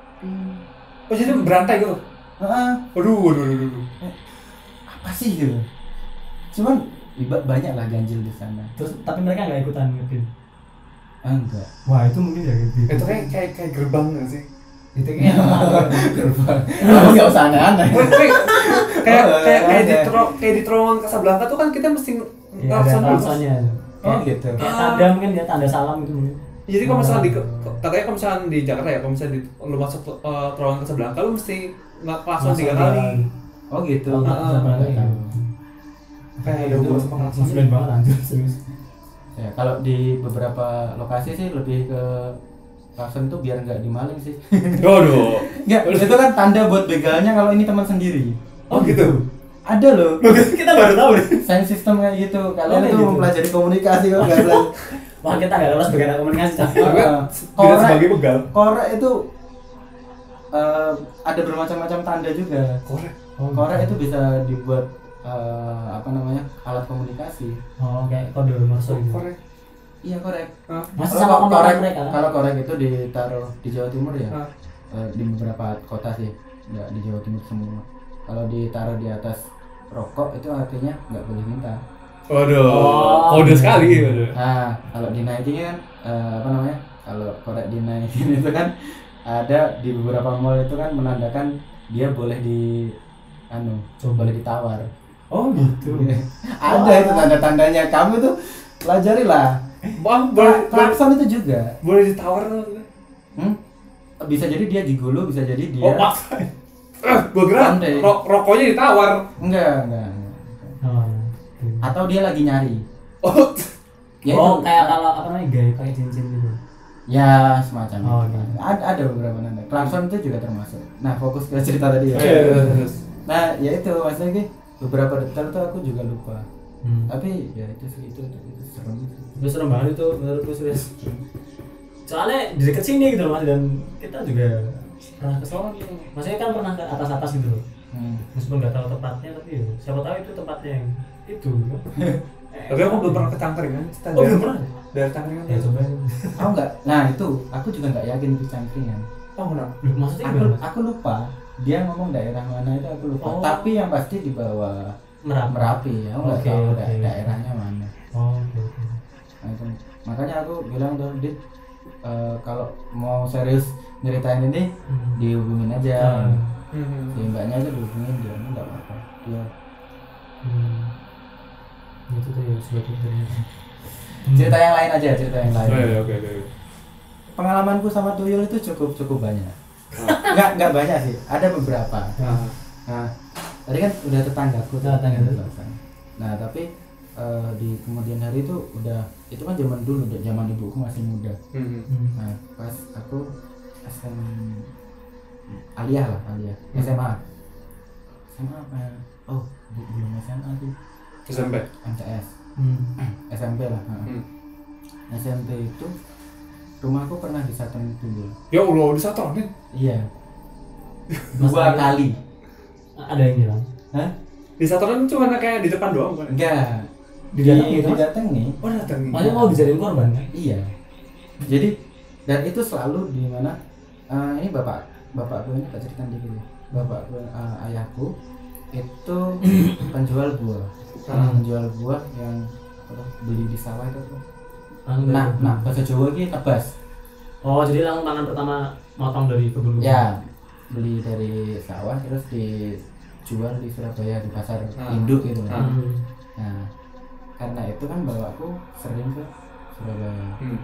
Oh jadi berantai gitu. ah, Waduh waduh waduh. waduh. apa sih gitu. Cuman iba- banyak lah ganjil di sana. terus tapi mereka nggak ikutan ngepin. Ah, enggak. Wah, itu mungkin ya gitu. Itu kayak kayak kayak gerbang nggak sih? itu kayak Gerbang. Kamu enggak usah aneh-aneh. Wait, wait. kayak Oh, kayak kayak di ada. tro kayak di terowongan Casablanca tuh kan kita mesti ya, ada ngelakson dulu. Mas. klaksonnya. Oh, gitu. Kayak Ah. tanda mungkin ya tanda salam gitu mungkin. Jadi kalau misalnya di Oh. katanya kalau misalnya di Jakarta ya, kalau misalnya di, lu masuk uh, terowongan Casablanca lu mesti nggak klakson Klakson tiga tiga kali. kali. Oh, gitu. Oh, Ah, nggak pernah kayak gitu. Kayak ada Itu hubungan sama klakson. konsumen banget anjir serius. Ya, kalau di beberapa lokasi sih lebih ke klakson itu biar nggak dimaling sih. Waduh. Enggak, itu kan tanda buat begalnya kalau ini teman sendiri. Oh gitu. Ada loh. Kita baru tahu nih. Sign system kayak gitu. Kalian Oh, kayak itu gitu. mempelajari komunikasi kok nggak belajar. Wah, kita nggak lolos bagian komunikasi. Cak. Ah, Tidak korek. sebagai begal. Korek itu eh, ada bermacam-macam tanda juga. Korek. Oh, Korek gitu. itu bisa dibuat eh, apa namanya alat komunikasi. Oh, kayak kode Morse gitu. Korek. Iya korek. Hah? Masih Kalau sama ko- komputer korek, mereka kan? kalau korek itu ditaruh di Jawa Timur ya, Hah? eh, di beberapa kota sih, nggak di Jawa Timur semua. Kalau ditaruh di atas rokok itu artinya nggak boleh minta. Waduh. Oh. Kode sekali. Waduh. Nah, kalau dinaikin kan eh, apa namanya? Kalau korek dinaikin itu kan ada di beberapa mall itu kan menandakan dia boleh di anu, Coba. boleh ditawar. Oh, gitu. Ada itu tanda-tandanya. Kamu tuh pelajarilah. Wah, boleh boleh, Klakson itu juga. boleh ditawar. Hmm? Bisa jadi dia gigolo, bisa jadi dia Oh, maksa. Eh, gua kira Pandai. ro rokoknya ditawar. enggak, enggak, enggak. Oh, gitu. Atau dia lagi nyari. Oh. Ya oh, itu. kayak kalau apa namanya gaya pakai cincin gitu. Ya semacam Oh, itu. gitu. Ada, ada beberapa nanda. Klakson itu juga termasuk. Nah, fokus ke cerita tadi ya. Iya, terus. Nah, ya itu maksudnya Ki, beberapa detail tuh aku juga lupa. Hmm. Tapi ya itu sih itu, itu, itu serem. Itu serem banget itu menurutku serius. Soalnya di dekat sini gitu loh Mas dan kita juga pernah ke sono. Maksudnya kan pernah ke atas-atas gitu loh. Hmm. Meskipun nggak tahu tempatnya tapi ya, siapa tahu itu tempatnya yang itu. Tapi aku belum pernah ke Cangkringan. Oh, belum pernah. Dari Cangkringan. Ya coba. Aku enggak. Nah, itu aku juga enggak yakin itu cangkringan. Oh, kenapa? Loh, maksudnya Aku gimana? aku lupa. Dia ngomong daerah mana itu aku lupa. Oh. Tapi yang pasti di bawah Merapi. Merapi. Aku nggak Oke, tahu oke. da- daerahnya mana. Oh, oke oke. Nah, itu. Makanya aku bilang tuh, Dit, eh, kalau mau serius nyeritain ini Hmm. dihubungin aja. Hmm. Hmm. Si mbaknya aja dihubungin dia, ini nggak apa-apa. Dia Hmm. Itu tuh ya suatu ternyata. cerita yang lain aja, cerita yang lain. Oh, iya, oke oke. Pengalamanku sama tuyul itu cukup cukup banyak. nggak nggak banyak sih, ada beberapa. Nah. Nah, tadi kan udah tetanggaku, Nah, tetangga. Nah, tapi uh, di kemudian hari itu udah, itu kan zaman dulu, udah zaman ibuku masih muda. Hmm. Nah, pas aku S M aliyah lah, aliyah, Hmm. S M A. S M A apa ya? Oh, bu- belum S M A tuh, S M P. M T S, Hmm. S M P lah. Nah. Hmm. S M P itu rumahku pernah disatuin dulu. Ya Allah, disatonin. Iya. Mas Dua Ali. kali. Ada yang bilang. Hah? Disatonin cuma kayak di depan doang kan? Enggak. Didatangi, Mas? didatangi. Oh, datang nih. Maksudnya mau dijadiin korban kan? Iya. Jadi dan itu selalu di mana eh, ini bapak bapakku ini tak cerita dikit ya. Bapakku eh, ayahku itu penjual buah. Hmm. Penjual buah yang apa tuh, beli di sawah itu tuh. Langsung Nah, dari- nah bahasa Jawa ini nebas. Oh, jadi langsung tangan pertama motong dari kebun. Ya, beli dari sawah terus dijual di Surabaya di pasar Hmm. induk gitu. Hmm. Nah, karena itu kan bapakku sering ke Surabaya. Hmm.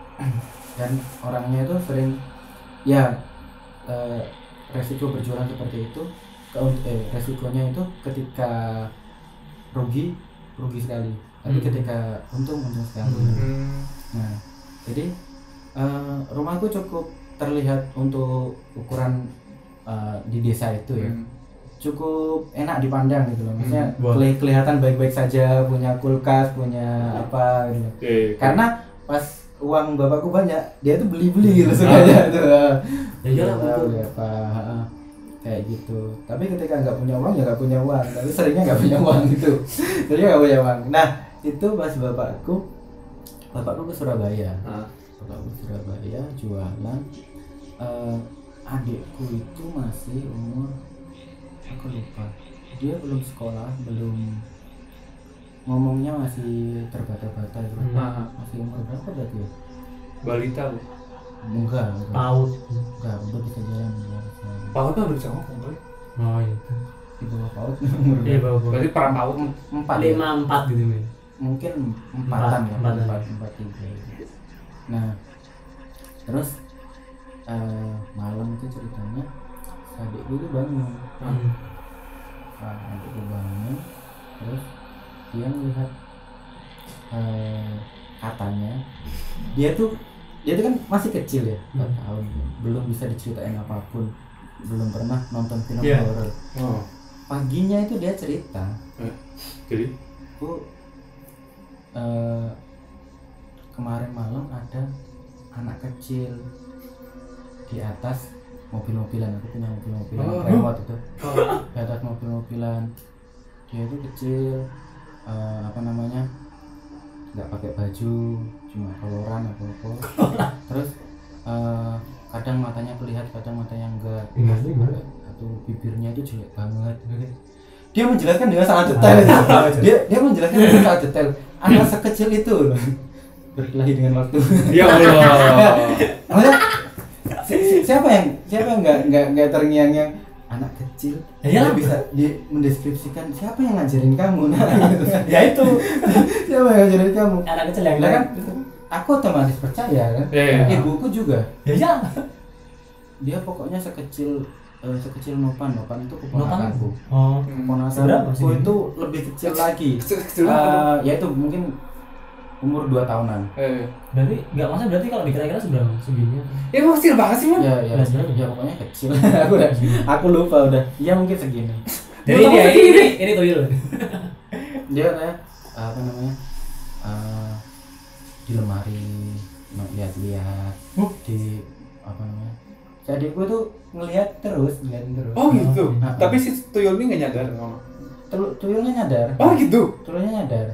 Dan orangnya itu sering ya eh, resiko berjualan seperti itu ke- eh, resikonya itu ketika rugi rugi sekali tapi Hmm. ketika untung untung sekali. Hmm. Nah jadi eh, rumahku cukup terlihat untuk ukuran eh, di desa itu ya Hmm. cukup enak dipandang gitu loh, maksudnya Hmm. Wah. keli- kelihatan baik-baik saja, punya kulkas, punya apa gitu. Eh, Karena pas uang bapakku banyak, dia tuh beli-beli gitu sukanya tuh. Ya iyalah, Beli betul. beli apa ha-ha. Kayak gitu. Tapi ketika nggak punya uang ya nggak punya uang. Tapi seringnya nggak punya uang gitu. Seringnya nggak punya uang. Nah itu pas bapakku, bapakku ke Surabaya. Ah. Bapakku ke Surabaya jualan. Eh, adikku itu masih umur, aku lupa. Dia belum sekolah, belum ngomongnya masih terbata-bata gitu. Hmm. Ah. Masih umur berapa berarti ya? Balita lu. Enggak, enggak. Paut. Enggak, udah bisa jalan ya. Paut kan udah bisa ngomong kali. Oh iya. Di bawah paut umur Iya, berapa? bawa. Berarti perang paut. Empat. ya? Lima empat gitu nih. Mungkin empatan ya, Empat, empat, empatan. empat, tiga. Nah, terus eh, malam itu ceritanya adikku itu bangun, Hmm. nah, adikku bangun, terus dia melihat eh, katanya dia tuh dia tuh kan masih kecil ya, empat Hmm. tahun, belum bisa diceritain apapun, belum pernah nonton film Iya. horor. Oh. Paginya itu dia cerita, Eh, Jadi Bu, eh, kemarin malam ada anak kecil di atas mobil-mobilan, aku punya mobil-mobilan Oh. remote itu, Oh. di atas mobil-mobilan. Dia itu kecil, eh, apa namanya, nggak pakai baju, cuma koloran atau apa. Terus eh, kadang matanya kelihatan, kadang matanya enggak. Gimana, gimana? Atau bibirnya itu jelek banget. Dia menjelaskan dengan sangat detail. Ah, dia dia menjelaskan dengan sangat detail. Anak sekecil itu loh, berkelahi dengan waktu. ya Allah. Maksudnya, si- si- siapa yang siapa yang nggak nggak nggak terngiang-ngiang anak kecil Ya iyalah. dia bisa di mendeskripsikan siapa yang ngajarin kamu, nah gitu. Ya itu. Siapa yang ngajarin kamu, Anak kecil yang lah kan aku otomatis percaya kan. Iya, iya. Ibuku juga, Ya ya. dia pokoknya sekecil eh, sekecil Nopan. Nopan itu Nopan. keponakanku. Oh. Keponakanku Seberapa sih? itu lebih kecil lagi. Kecil Eh, ya itu mungkin umur dua tahunan. Eh. Berarti nggak masa berarti kalau dikira-kira seberapa? Segini. Ya emang kecil banget sih, Man. Ya ya, Belas berapa? ya pokoknya kecil. aku udah, aku lupa udah. Iya mungkin segini. Jadi Lu ini tahu ya, segini? ini ini tuyul. Dia kayak apa namanya, eh, di lemari no- lihat-lihat, Huh? di apa namanya, si adikku tuh ngelihat terus, ngeliatin terus. Oh gitu. Nah, Tapi si tuyul ini nggak nyadar mama. Telu- tuyulnya nyadar. Oh gitu. Tuyulnya nyadar.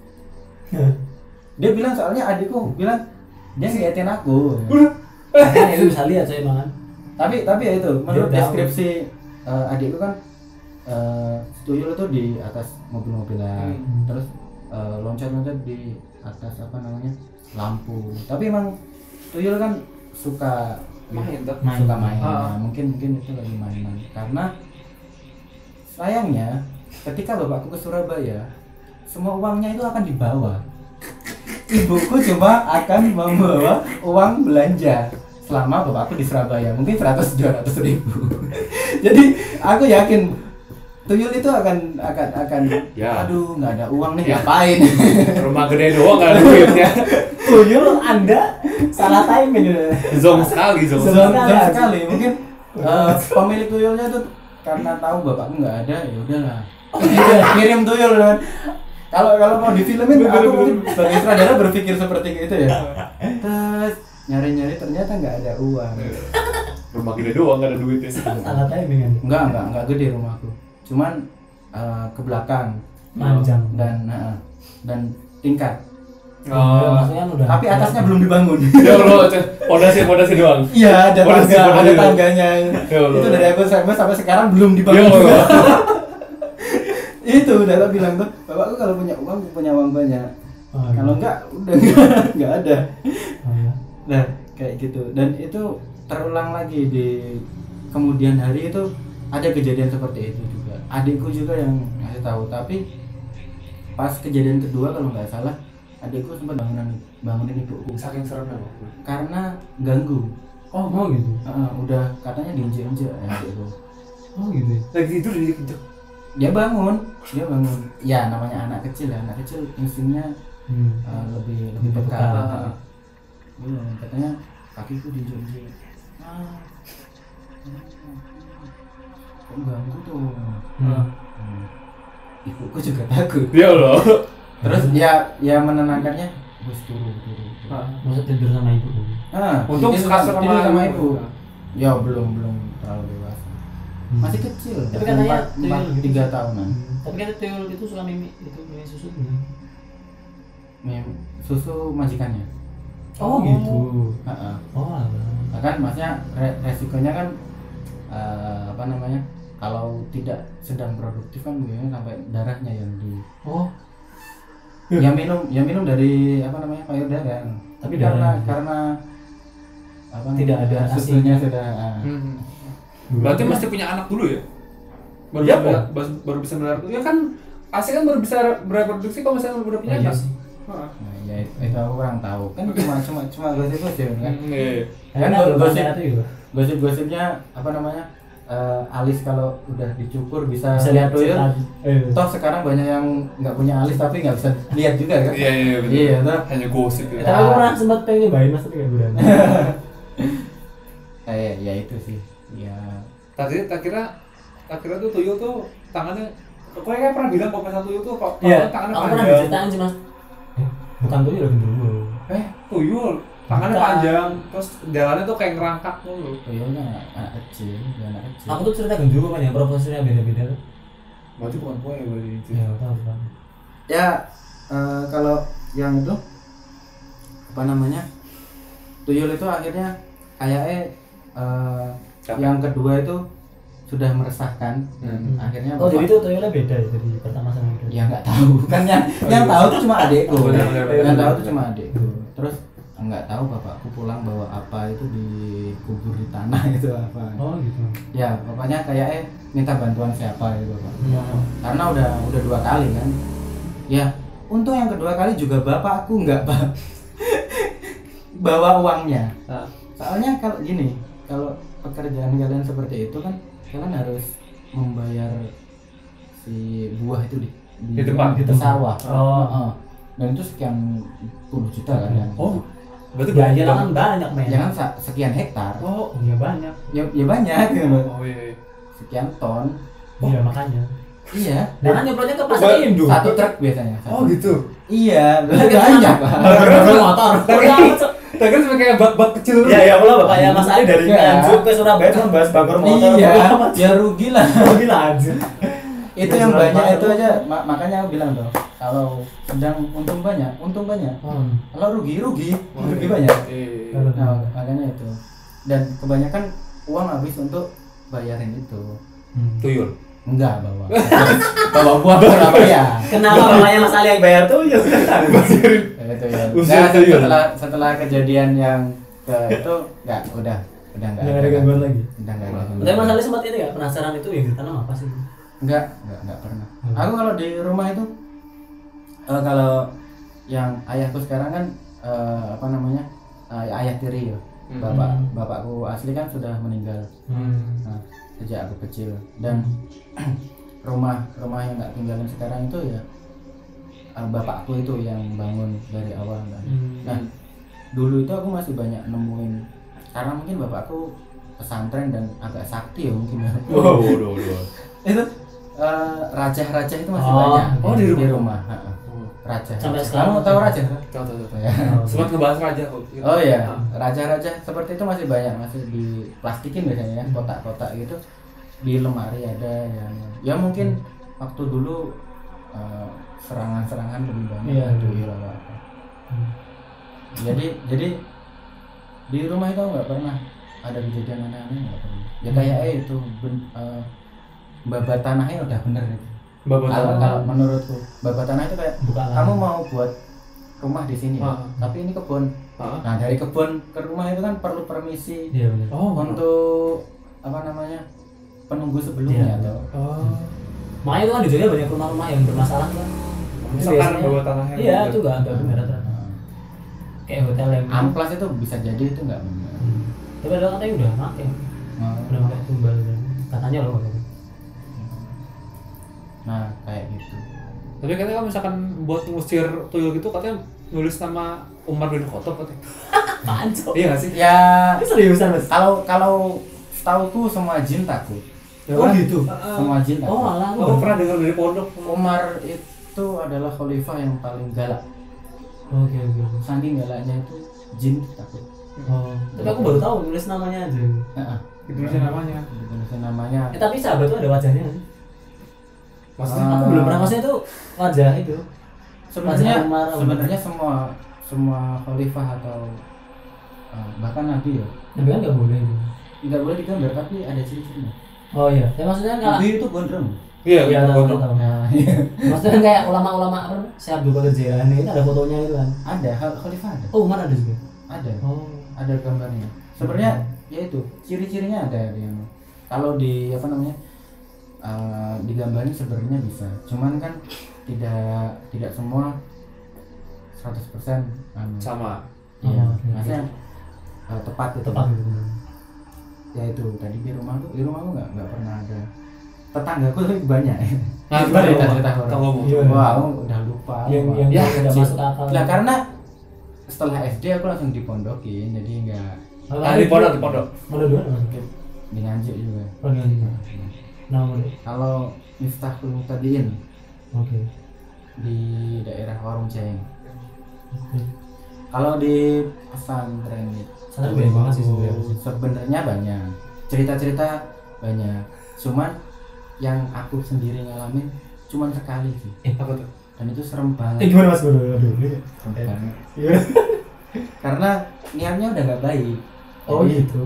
Dia bilang soalnya adikku bilang dia ngeliatin aku. Udah. Nah, itu bisa lihat saya banget. Tapi tapi ya itu menurut Dia tahu. deskripsi eh, adikku kan eh, tuyul itu di atas mobil-mobilan, Hmm. terus eh, loncat-loncat di atas apa namanya lampu. Tapi emang tuyul kan suka Main tuh. Main. suka main. Ah. Nah, mungkin mungkin itu lagi mainan. Karena sayangnya ketika bapakku ke Surabaya, semua uangnya itu akan dibawa. Ibuku cuma akan membawa uang belanja selama bapakku di Surabaya mungkin seratus dua ratus ribu. Jadi aku yakin tuyul itu akan akan akan Ya. aduh nggak ada uang nih Ya. ngapain. Rumah gede doang nggak ada duitnya. Tuyul Anda salah timing gitu. Zong sekali, zong Zong. Zong sekali. zong sekali mungkin eh, pemilik tuyulnya tuh karena tahu bapakku nggak ada ya udahlah kirim tuyul kan. Kalau kalau mau difilmin aku mungkin sebagai sutradara berpikir seperti itu ya. Terus nyari-nyari ternyata nggak ada uang. Rumah gede doang nggak ada duitnya. Salah timing kan. Enggak enggak enggak gede rumahku. Cuman eh, ke belakang Panjang. dan eh, dan tingkat. Oh, maksudnya udah. Tapi atasnya belum dibangun. Ya Allah, pondasi pondasi doang. Iya, ada Pondasi, tangga, pondasi ada doang. tangganya. Ya Allah. Itu dari aku S M S sampai sekarang belum Ya dibangun. Allah. Itu udah tak bilang tuh, bapakku kalau punya uang punya uang banyak. Oh, Kalau enggak udah enggak, enggak ada. Oh, ya. Nah, kayak gitu. Dan itu terulang lagi di kemudian hari itu ada kejadian seperti itu juga. Adikku juga yang ngasih tahu, tapi pas kejadian kedua kalau nggak salah adikku sempat bangunan bangunin ibuku Saking seremnya Bang. karena ganggu. Oh, oh gitu. Heeh, udah katanya diinjek-injek ya adikku. Oh gitu. Lagi tidur jadi kejek. Dia bangun, dia bangun. Ya namanya anak kecil ya, anak kecil instingnya Hmm. uh, lebih lebih Lebih peka. peka. Heeh. Iya, katanya kakiku diinjek-injek. Ah. Kok ganggu tuh. Hmm. Hmm. Ibuku juga takut. Ya Allah. Terus ya ya menenangkannya, bos turu turu. Ah. Masa tidur sama ibu. Ah, Untung tidur sekasur tidur sama sama ibu. ibu. Ya belum belum terlalu dewasa. Hmm. Masih kecil. Tapi katanya empat, empat, tuyul gitu. tiga tahunan. Hmm. Tapi kan tuyul itu suka mimi itu mimi susu. Mem- Susu majikannya. Oh gitu. Heeh. Oh alah. Nah, kan maksudnya re- resikonya kan eh, apa namanya? Kalau tidak sedang produktif kan biasanya sampai darahnya yang di Oh. ya minum ya minum dari apa namanya payudara. Tapi Darah. karena karena apa Tidak namanya, ada susunya sudah ah. Hmm. Berarti mesti punya anak dulu ya? Baru Iya, bisa melihat- baru, baru bisa melihat. Ya kan asli kan baru bisa bereproduksi kalau misalnya udah punya Iya anak. sih. Heeh. Nah, ya itu, itu aku kurang tahu kan cuma cuma cuma gosip-gosip kan. Hmm, iya. Kan Karena belum gosip ada tuyul. gosip-gosipnya apa namanya eh, alis kalau udah dicukur bisa, Bisa lihat lihat tuyul. Eh. Toh sekarang banyak yang nggak punya alis tapi nggak bisa lihat juga kan. Iya iya betul. Iya, toh. Hanya gosip ya. Tapi aku pernah sempat pengen nyobain mas tapi gak berani. Eh, ya itu sih. Ya. Tadi tak kira tak kira tuh tuyul tuh tangannya. Kok kayak pernah bilang kalau misalnya tuyul tuh kok Iya. tangannya Aku pernah panjang. diceritain sih mas. Eh, bukan tuyul lagi dulu. Eh tuyul tangannya Bukan. panjang terus jalannya tuh kayak ngerangkak tuh. Tuyulnya anak kecil, dia anak kecil. Aku tuh cerita gendruwo kan yang proporsinya beda-beda tuh. Berarti bukan kue berarti itu. Ya tahu kan. Ya eh, kalau yang itu apa namanya tuyul itu akhirnya kayaknya eh, Siapa? yang kedua itu sudah meresahkan dan Hmm. akhirnya Oh jadi bapak- itu tuyulnya beda ya dari pertama sama kedua. ya nggak tahu kan yang yang tahu tuh cuma adekku Oh, benar, benar, yang benar. tahu tuh cuma adekku terus nggak tahu bapakku pulang bawa apa itu dikubur di tanah itu apa Oh gitu. ya pokoknya kayaknya minta bantuan siapa gitu Pak. Hmm. Karena udah udah dua kali kan ya untung yang kedua kali juga bapakku nggak ba- bawa uangnya Nah, soalnya kalau gini kalau pekerjaan kalian seperti itu kan kalian harus membayar si buah itu di Di tempat, di di tempat. sawah Oh. Heeh. Dan itu sekian puluh juta kan yang Oh, berarti Ya iya kan banyak men. jangan sa- sekian hektar Oh, Iya banyak. ya, ya banyak gitu loh. oh iya. iya. Sekian ton Iya makanya. iya Dan kan nyemprotnya ke pasar Ba- induk. satu truk biasanya Oh gitu. iya Lah, kita banyak kan- Pak. Baru motor. Tapi tapi kan sebagai kayak bak-bak kecil. Ya ya kalau bapaknya Mas Ali dari Iya. Nganjuk ke Surabaya cuma bahas bakar motor. iya ya rugi lah Gila anjir. itu yang banyak itu aja ma- makanya aku bilang tuh kalau sedang untung banyak untung banyak Hmm. kalau rugi rugi Oh, rugi iya. banyak Iya. nah, makanya itu dan kebanyakan uang habis untuk bayarin itu Hmm. Tuyul. enggak bawa bawa buah ke Surabaya Kenapa bapaknya Mas Ali yang bayar tuh? Ya sudah. itu ya Usia nah, tuyul. setelah setelah kejadian yang ke itu enggak udah udah enggak Enggak ada gangguan lagi. udah enggak ada Tapi Mas Ali sempat ini enggak penasaran itu yang ditanam apa sih? enggak enggak enggak pernah Hmm. aku kalau di rumah itu eh, kalau yang ayahku sekarang kan eh, apa namanya eh, ayah tiri ya Hmm. Bapak bapakku asli kan sudah meninggal. Hmm. Nah, sejak aku kecil dan rumah rumah yang nggak tinggalin sekarang itu ya uh, bapakku itu yang bangun dari awal kan. Hmm. Nah dulu itu aku masih banyak nemuin karena mungkin bapakku pesantren dan agak sakti ya mungkin ya. Wow, wow, wow. Itu uh, raja-raja itu masih Oh, banyak oh, di rumah? di rumah. Ha-ha. Raja. Sampai raja. sekarang Kamu tahu masih- raja? Tahu tahu tahu. Ya. Sempat ngebahas raja kok. Oh iya, Ah. raja-raja seperti itu masih banyak, masih diplastikin biasanya ya, kotak-kotak gitu di lemari ada yang ya mungkin waktu dulu uh, serangan-serangan lebih banyak Iya. tuyul atau apa. Hmm. Jadi jadi di rumah itu nggak pernah ada kejadian aneh-aneh, nggak pernah. Ya kayak eh, itu ben, uh, babat tanahnya udah bener itu. Bapak Kalau tahu. kalau menurutku babat tanah itu kayak Buka kamu lahan. mau buat rumah di sini, ya, Ah. tapi ini kebun. Ah. Nah dari kebun ke rumah itu kan perlu permisi Iya benar. Oh, untuk apa namanya penunggu sebelumnya Iya. atau Oh. Makanya itu kan di Jogja banyak rumah-rumah yang bermasalah kan. Misalkan Biasanya- bawa tanah yang Iya, bener. itu enggak enggak benar rata-rata. Nah, Kayak hotel yang amplas itu bisa jadi itu nggak benar. Hmm. Tapi ada katanya udah pakai. Nah, Udah pakai tumbal dan katanya loh katanya. nah kayak gitu. Tapi katanya kalau misalkan buat ngusir tuyul gitu katanya nulis nama Umar bin Khattab katanya. Apaan cok? Iya nggak sih? Ya Ini seriusan mas? kalau kalau setauku semua jin takut. Ya Oh kan? gitu? Semua jin takut. Oh alah. Aku pernah dengar dari pondok. Umar itu adalah khalifah yang paling galak. Oke oke. Saking galaknya itu jin itu takut. Oh. Tapi aku baru tahu nulis namanya aja. Heeh. Ditulisnya namanya. Ditulisnya namanya. Eh tapi sahabat tuh ada wajahnya kan? Maksudnya Ah. Aku belum pernah maksudnya itu wajah itu. Sebenarnya Wajah Umar, sebenarnya semua semua khalifah atau uh, bahkan nabi ya Tapi kan nggak boleh itu. nggak boleh digambar tapi ada ciri-cirinya. Oh iya. Ya maksudnya nggak. Nabi itu gondrong. Iya, Iya iya, tahu pondok. tahu. Nah, iya. Maksudnya kan kayak ulama-ulama apa? Syekh Abdul Qadir Jailani itu ada fotonya itu kan. ada khal- khalifah ada. Oh Umar ada juga. Ada. Oh. Ada gambarnya. Sebenarnya ya itu ciri-cirinya ada yang kalau di apa namanya uh, digambarin sebenarnya bisa. Cuman kan tidak tidak semua seratus persen anu. Sama. Iya, Oh, oke. maksudnya uh, tepat itu. Tepat gitu. Ya itu tadi di rumahku, di rumahku nggak nggak pernah ada. Tetanggaku lebih banyak. Nah, Cerita- cerita cerita horor. Tahu ngomong. Iya. Wah, aku udah lupa. Yang Wah. yang ya, udah sih. masuk akal. Lah karena setelah S D aku langsung dipondokin, jadi nggak Ah, di pondok, di pondok. Mana dua mas? di Nganjuk juga. Oh di Nganjuk. Nama mana? Kalau Miftahul Muhtadin Oke. di daerah Warung Jeng. Oke. Kalau di pesantren itu Sana banyak banget sih sebenarnya. sebenarnya banyak cerita-cerita banyak. Cuman yang aku sendiri ngalamin cuman sekali sih. Eh, Apa tuh? Dan itu serem Eh banget. gimana mas? Aduh, aduh. Serem banget. Iya. Karena niatnya udah nggak baik. Oh Jadi, gitu.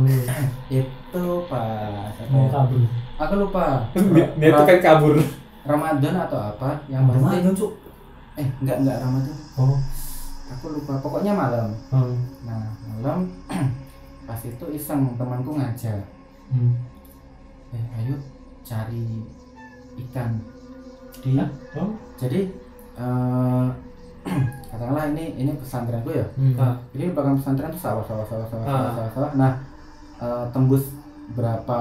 itu pas apa Mau ya? kabur. Aku lupa. Dia, dia tuh pengen kabur. Ramadan atau apa yang pasti Ramadan cuk. eh enggak enggak Ramadan. Oh. Aku lupa. Pokoknya malam. Hmm. Nah, malam pas itu iseng temanku ngajak. Hmm. Eh, ayo cari ikan di Hah? Oh. jadi eh katakanlah ini ini pesantrenku ya. Hmm. Nah, Jadi di belakang pesantren itu sawah sawah sawah sawah sawah, Ah. sawah, sawah. Nah, eh, tembus berapa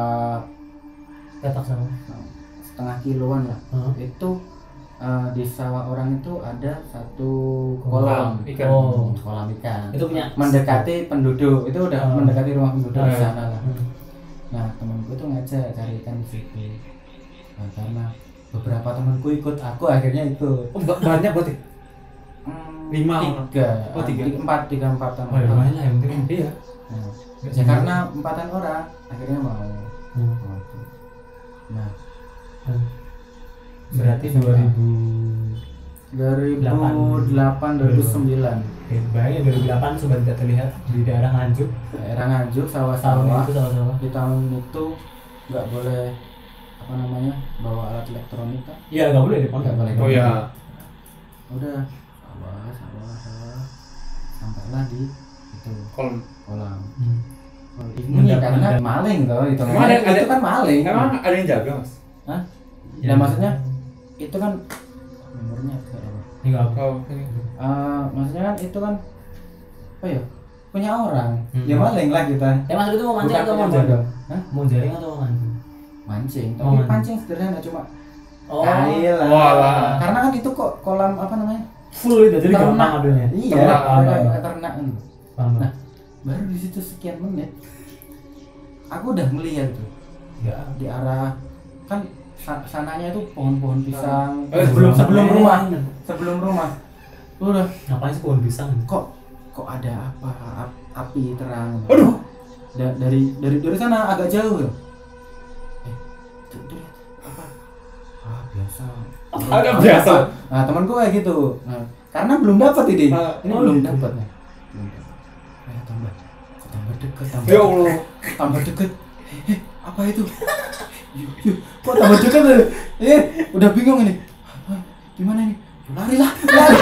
Petak sama. setengah kiloan lah. Hmm. Itu eh, di sawah orang itu ada satu Kolam kolam ikan. Oh. kolam ikan. Itu punya Mendekati penduduk itu udah Oh. mendekati rumah penduduk di Ah. sana lah. Hmm. Nah temanku tuh ngajak cari ikan di situ. Nah, karena beberapa temanku ikut, aku akhirnya ikut. Oh, ba- banyak berarti. Hmm, Lima tiga, Oh, tiga. Tiga, empat, tiga empatan. Oh ya lumayan lah yang penting. Iya. Nah, ya karena empatan orang akhirnya mau. Hmm. mau itu. Nah Hmm. Berarti dua ribu dua ribu delapan dua ribu sembilan Oke, bayangin dua ribu delapan sudah tidak terlihat di daerah Nganjuk. daerah Nganjuk Tahun sawah-sawah. itu sawah-sawah. Di tahun itu nggak boleh apa namanya bawa alat elektronik kan? Iya nggak boleh di pondok. Nggak boleh. Oh ya. Udah sawah sawah sawah sampailah di itu Kolam. kolam. Hmm. Ini Mendap- karena mendap- maling toh itu. Emang ada- itu ada- kan maling. Emang ada yang jaga, Mas? Hah? Ya. Nah maksudnya itu kan nomornya kayak apa? Ini nggak apa. Oh, ini. Eh, maksudnya kan itu kan apa ya punya orang. Hmm. Ya maling lah kita. Ya Mas itu mau mancing Bukan atau mau punya jaring? modal. Hah? Mau jaring atau mau mancing? Mancing, Oh, tapi mancing. pancing sederhana cuma Oh, kail lah. Walah. Karena kan itu kok kolam apa namanya? full itu jadi Ternak. gampang ambilnya. Iya, Ternak, kayak paham, kayak ternak. Paham. Nah, baru di situ sekian menit aku udah melihat tuh Ya. di arah kan sa- sananya itu pohon-pohon pisang. Eh, sebelum sebelum- sebelum eh. rumah, sebelum rumah. Tuh udah Ngapain sih pohon pisang? kok kok ada apa ap- api terang. Aduh. Da- dari dari dari sana agak jauh loh. Eh, tuh, tuh lihat apa? Ah, biasa. Ada biasa. Nah, temanku kayak gitu. Nah, karena belum dapat ini. Ah, Ini oh, belum gitu. dapat nih. Belum dapat. Ayo tambah. Tambah deket, tambah Ya deket. Allah. Tambah deket. Eh, apa itu? Yuk, yuk. Kok tambah deket? Eh, eh, udah bingung ini. Ah, gimana ini? Lari lah, lari.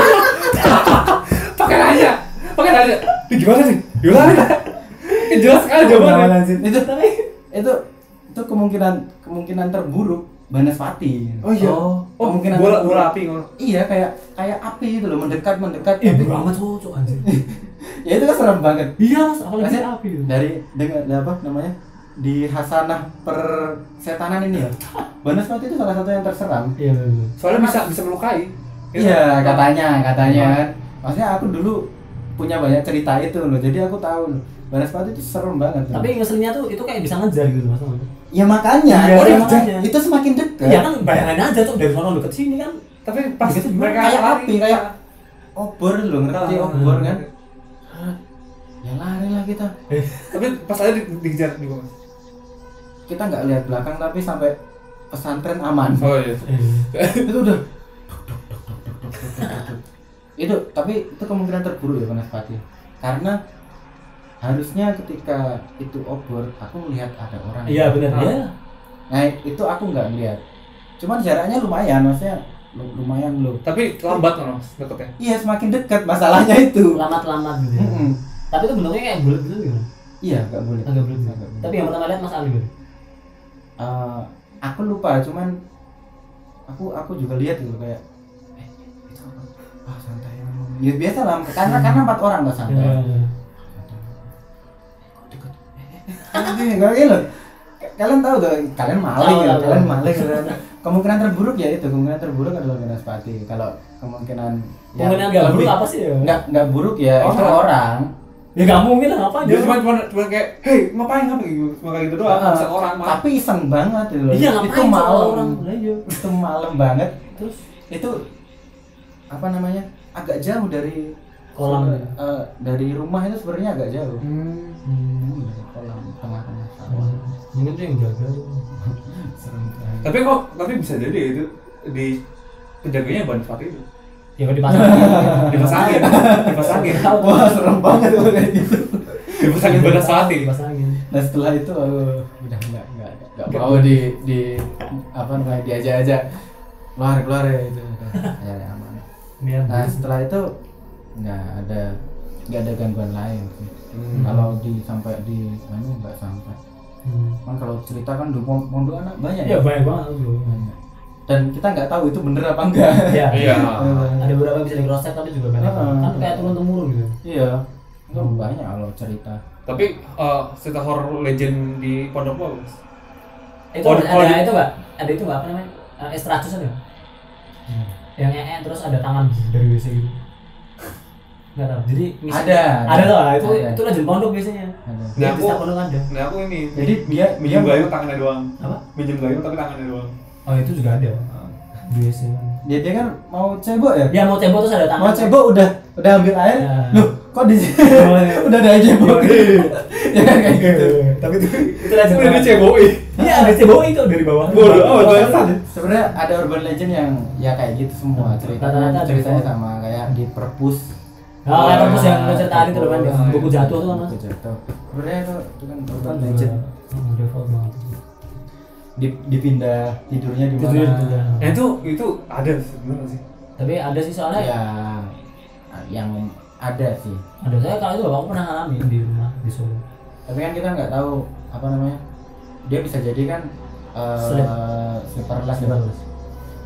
Pakai aja. Pakai aja. Ini gimana sih? Gimana? Ini jelas sekali jawabannya. Itu itu itu kemungkinan kemungkinan terburuk Banaspati. Oh iya. Oh, Oh, kemungkinan bola terburuk. bola api ngono. Iya, kayak kayak api itu loh, mendekat mendekat. Ih, tapi- banget cocok anjir. ya itu kan serem banget. Iya, Mas, apalagi Maksudnya api itu. dari dengan apa namanya di Hasanah persetanan ini ya, Banaspati itu salah satu yang terseram. Iya, betul. Soalnya bisa bisa melukai. Iya, katanya katanya kan. Maksudnya aku dulu punya banyak cerita itu loh, jadi aku tahu loh, Banaspati itu serem banget loh. Tapi ngeselnya tuh itu kayak bisa ngejar gitu Mas. Ya makanya, Iya, orang makanya. itu- itu semakin dekat. Iya kan bayangin aja tuh dari sono deket sini kan. Tapi pas Gitu, mereka kayak lari, api, kayak obor loh, ngerti Ah, obor ah. kan? Ah, ya lari lah kita. Tapi pas aja di- dikejar nih Mas. Kita nggak lihat belakang tapi sampai pesantren aman. Oh iya. Itu udah duk, duk, duk, duk, duk, duk, duk, duk, duk. Itu tapi itu kemungkinan terburuk ya Banaspati, karena harusnya ketika itu obor aku melihat ada orang. Iya benar. Ah. Iya. Nah itu aku nggak lihat, cuman jaraknya lumayan, maksudnya lu- lumayan loh. Tapi lambat kan Mas deketnya. Iya semakin dekat masalahnya itu. Lama-lama gitu. Ya. Mm-mm. Tapi itu bentuknya kayak bulat gitu gimana? Iya nggak boleh. Agak bulat. Nggak Gitu. boleh. Tapi yang pertama lihat Mas Ali gitu. Eh, aku lupa, cuman aku aku juga lihat gitu kayak eh itu apa? Ah santai aja. Ya biasa lah, karena karena empat orang lah santai. Iya. Deket. Eh, nggak gitu. Kalian tahu tuh, kalian maling Tahu, ya, tahu. kalian maling. Gitu. Kemungkinan terburuk ya itu, kemungkinan terburuk adalah Banaspati. Kalau kemungkinan yang Kemungkinan nggak buruk lebih- apa sih ya? Nggak nggak buruk ya, itu Orang. orang. Ya nggak mungkin lah ngapain Dia dia cuma cuma cuma kayak, "Hei, ngapain ngapain?" gitu. Cuma kayak gitu doang, Ah, bisa orang mah. tapi iseng banget gitu loh. Iya itu ngapain coba malam. orang? Lah iya. Itu malam banget. Terus Itu apa namanya? Agak jauh dari kolam. eh, dari rumah itu sebenarnya agak jauh. Hmm. Hmm, dari kolam tengah-tengah sawah. Mungkin tuh yang jaga. Serem banget. Tapi kok tapi bisa jadi itu di penjaganya Banaspati itu. Ya kalau dipasang. Dipasangin, dipasangin. Wah, serem banget kalau kayak gitu. Dipasangin Banaspati. Dipasangin. Nah setelah itu aku udah nggak nggak nggak mau di di apa namanya diajak-ajak keluar keluar ya itu udah ya, ya, aman. Niat. Nah setelah itu nggak ada nggak ada gangguan lain sih. Hmm. Kalau di sampai di mana nggak sampai. Hmm. Kan kalau cerita kan di pond- pondok anak banyak. Ya banyak banget bro. Banyak. Dan kita nggak tahu itu bener apa enggak. Iya. Iya. Ada beberapa yang bisa di cross check tapi juga banyak. Ah. Kan kayak turun temurun gitu. Iya. Itu Hmm. banyak kalau cerita. Tapi eh, cerita horror legend di pondok lo, Mas? Itu Oh, ada, oh, di- itu enggak? Ada itu enggak apa namanya? Uh, Estratus ada. Yang ee terus ada tangan dari W C gitu. Enggak tahu. Jadi misi- Ada, Ada tuh, itu ada. itu legend pondok biasanya. Ada. Nah, Di aku- setiap pondok ada. Nah aku ini Jadi dia minjem dia gayung tangannya doang. Apa? Minjem gayung tapi tangannya doang. Oh, itu juga ada. Di W C. dia dia kan mau cebok ya. Ya mau cebok terus ada tangan. Mau cebok udah udah ambil air. Ya. Loh, kok di sini Oh, iya. udah ada air cebok. Ya kan kayak gitu. Tapi itu itu legend. Udah banget. diceboi. Iya, ada cebok itu dari bawah. Bodoh amat, Bawah. bangsat. Sebenarnya ada urban legend yang ya kayak gitu semua ceritanya Rata-rata ada ceritanya semua. sama kayak di perpus. Nah, kayak perpus yang lo ceritain itu loh kan, Perpus. buku jatuh tuh kan Mas. Buku jatuh. Sebenarnya itu itu kan urban Kan legend. juga default banget. Di, dipindah tidurnya di Tidurnya mana? di pindah. Nah itu itu ada sebenarnya sih. Tapi ada sih soalnya Ya yang ada sih. ada saya kalau itu bapakku pernah ngalamin di rumah di Solo. Tapi kan kita nggak tahu apa namanya. Dia bisa jadi kan eh Slip. sleeper class Sleeper ya. class.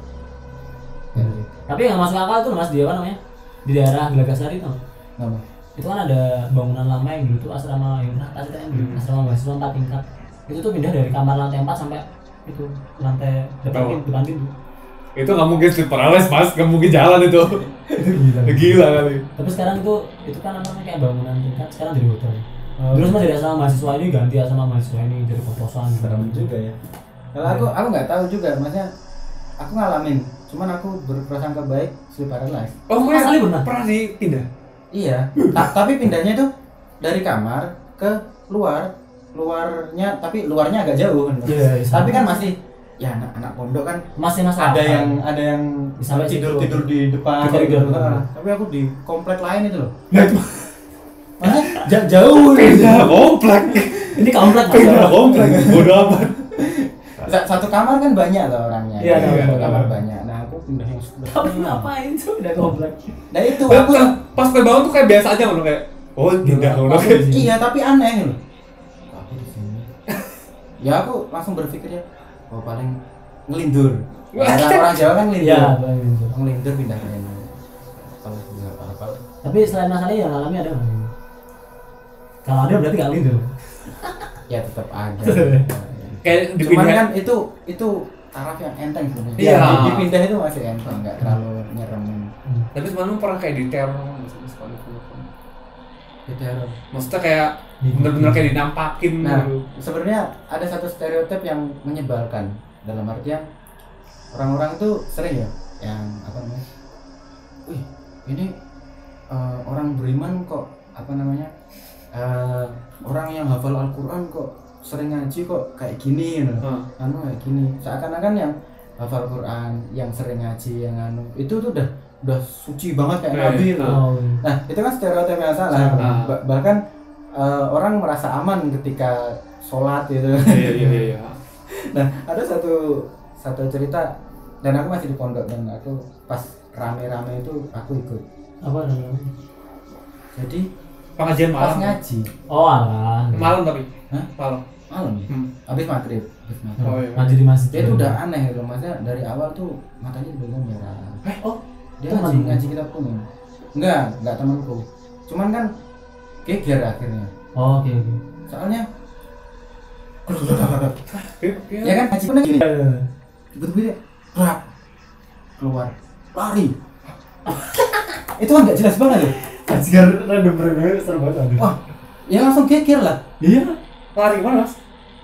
Tapi yang nggak masuk akal tuh Mas dia apa namanya? Di daerah Gelagasari tuh. Nggak, Bang. itu kan ada bangunan lama yang dulu tuh asrama yang atas itu kan dulu Hmm. asrama mahasiswa empat tingkat. Itu tuh pindah dari kamar lantai empat sampai itu lantai depan Bawah. pintu depan pintu. Itu nggak mungkin sleep paralysis mas, nggak mungkin jalan itu. Itu gila. Gila kali. Tapi sekarang itu itu kan namanya kayak bangunan tingkat sekarang jadi hotel. Terus mas dari asrama mahasiswa ini ganti asrama mahasiswa ini jadi kos-kosan. Serem juga ya. Kalau aku aku nggak tahu juga, maksudnya aku ngalamin, cuman aku berprasangka baik sleep paralysis. Oh, Mas Ali pernah? pernah dipindah. Iya, Ta- tapi pindahnya tuh dari kamar ke luar, luarnya tapi luarnya agak jauh kan. Mas. Iya, iya, sama. Tapi kan masih ya anak-anak pondok kan Masih masuk ada akal. yang ada yang Sampai tidur situ. tidur di depan Tidur di gitu. depan. Nah, tapi aku di komplek lain itu loh. Nah itu Maksudnya ja- jauh pindah komplek. Ini komplek Mas. Pindah komplek. Bodoh amat. Sa- Satu kamar kan banyak loh orangnya. Iya, Satu iya. kamar banyak. Nah, aku pindah yang sebelah. Tapi ngapain tuh udah komplek? Nah, itu Dan aku pas- pas gue bangun tuh kayak biasa aja loh kayak oh pindah Aku loh. di sini. iya, tapi aneh loh. Kok aku di sini? Ya aku langsung berpikir ya, oh paling ngelindur. Orang-orang Jawa kan ngelindur. Iya, Bang. Ngelindur pindah ke ini. Kalau nggak apa-apa. Tapi selain masalah yang alami ada nggak? Kalau ada berarti nggak lindur. Ya tetap ada. Kayak Cuman dipindah kan itu itu taraf yang enteng sebenarnya. Iya. Di- Dipindah itu masih enteng, nggak terlalu nyeremin. Tapi semalam pernah kayak diteror nggak sih, sekolah dulu? Diteror. Maksudnya kayak bener-bener kayak dinampakin Nah, gitu. sebenarnya ada satu stereotip yang menyebalkan dalam artian orang-orang itu sering ya yang apa namanya? Wih, ini eh, orang beriman kok apa namanya? eh, orang yang hafal Al-Qur'an kok sering ngaji kok kayak gini gitu. Hah. Anu kayak gini. Seakan-akan yang hafal Quran, yang sering ngaji, yang anu itu tuh udah udah suci banget kayak Eh, nabi loh. Oh, Nah, itu kan stereotip yang salah. Salah. Ba- bahkan eh, orang merasa aman ketika sholat gitu. Iya iya iya. iya. Nah, ada satu satu cerita dan aku masih di pondok dan aku pas rame-rame itu aku ikut. apa namanya? Jadi Pengajian pas malam. ngaji Oh alah. Malam tapi. Hah? Malam. malam, Hmm. habis maghrib, habis maghrib. Oh, iya. Ngaji di masjid. Dia itu udah aneh gitu, maksudnya dari awal tuh matanya dipegang merah. Eh, oh, Dia teman. ngaji ngaji kitab kuning. Enggak, enggak temanku. Cuman kan geger akhirnya. Oh, oke oke. Soalnya Iya. ya kan ngaji kuning gini. Iya. Tiba-tiba dia rap keluar lari. Itu kan nggak jelas banget loh. Ajar random bener seru banget. aduh. Wah, ya langsung geger lah. Iya. Lari mana mas?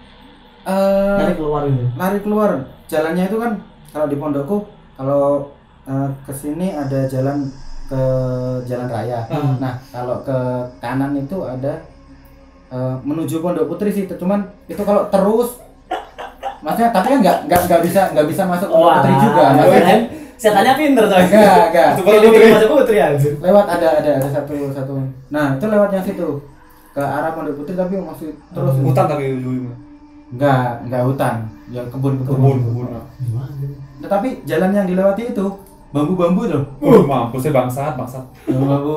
Eh, Dari keluar itu. lari keluar. Jalannya itu kan kalau di pondokku kalau eh, ke sini ada jalan ke jalan raya. Hmm. Nah, kalau ke kanan itu ada eh, menuju Pondok Putri sih. Cuman itu kalau terus maksudnya tapi kan nggak nggak nggak bisa nggak bisa masuk Pondok Putri juga. Maksudnya setannya pinter coy. enggak, enggak. Itu Pondok Putri. Masuk putri aja. Lewat ada ada ada satu satu. Nah, itu lewat yang situ. Ke arah Pondok Putri tapi masih terus. Hutan tapi ujungnya. Enggak, enggak hutan. Ya kebun-kebun. Kebun kebun. Gimana? Tetapi jalan yang dilewati itu bambu-bambu tuh. Uh, mampusnya bangsat bangsat. Bambu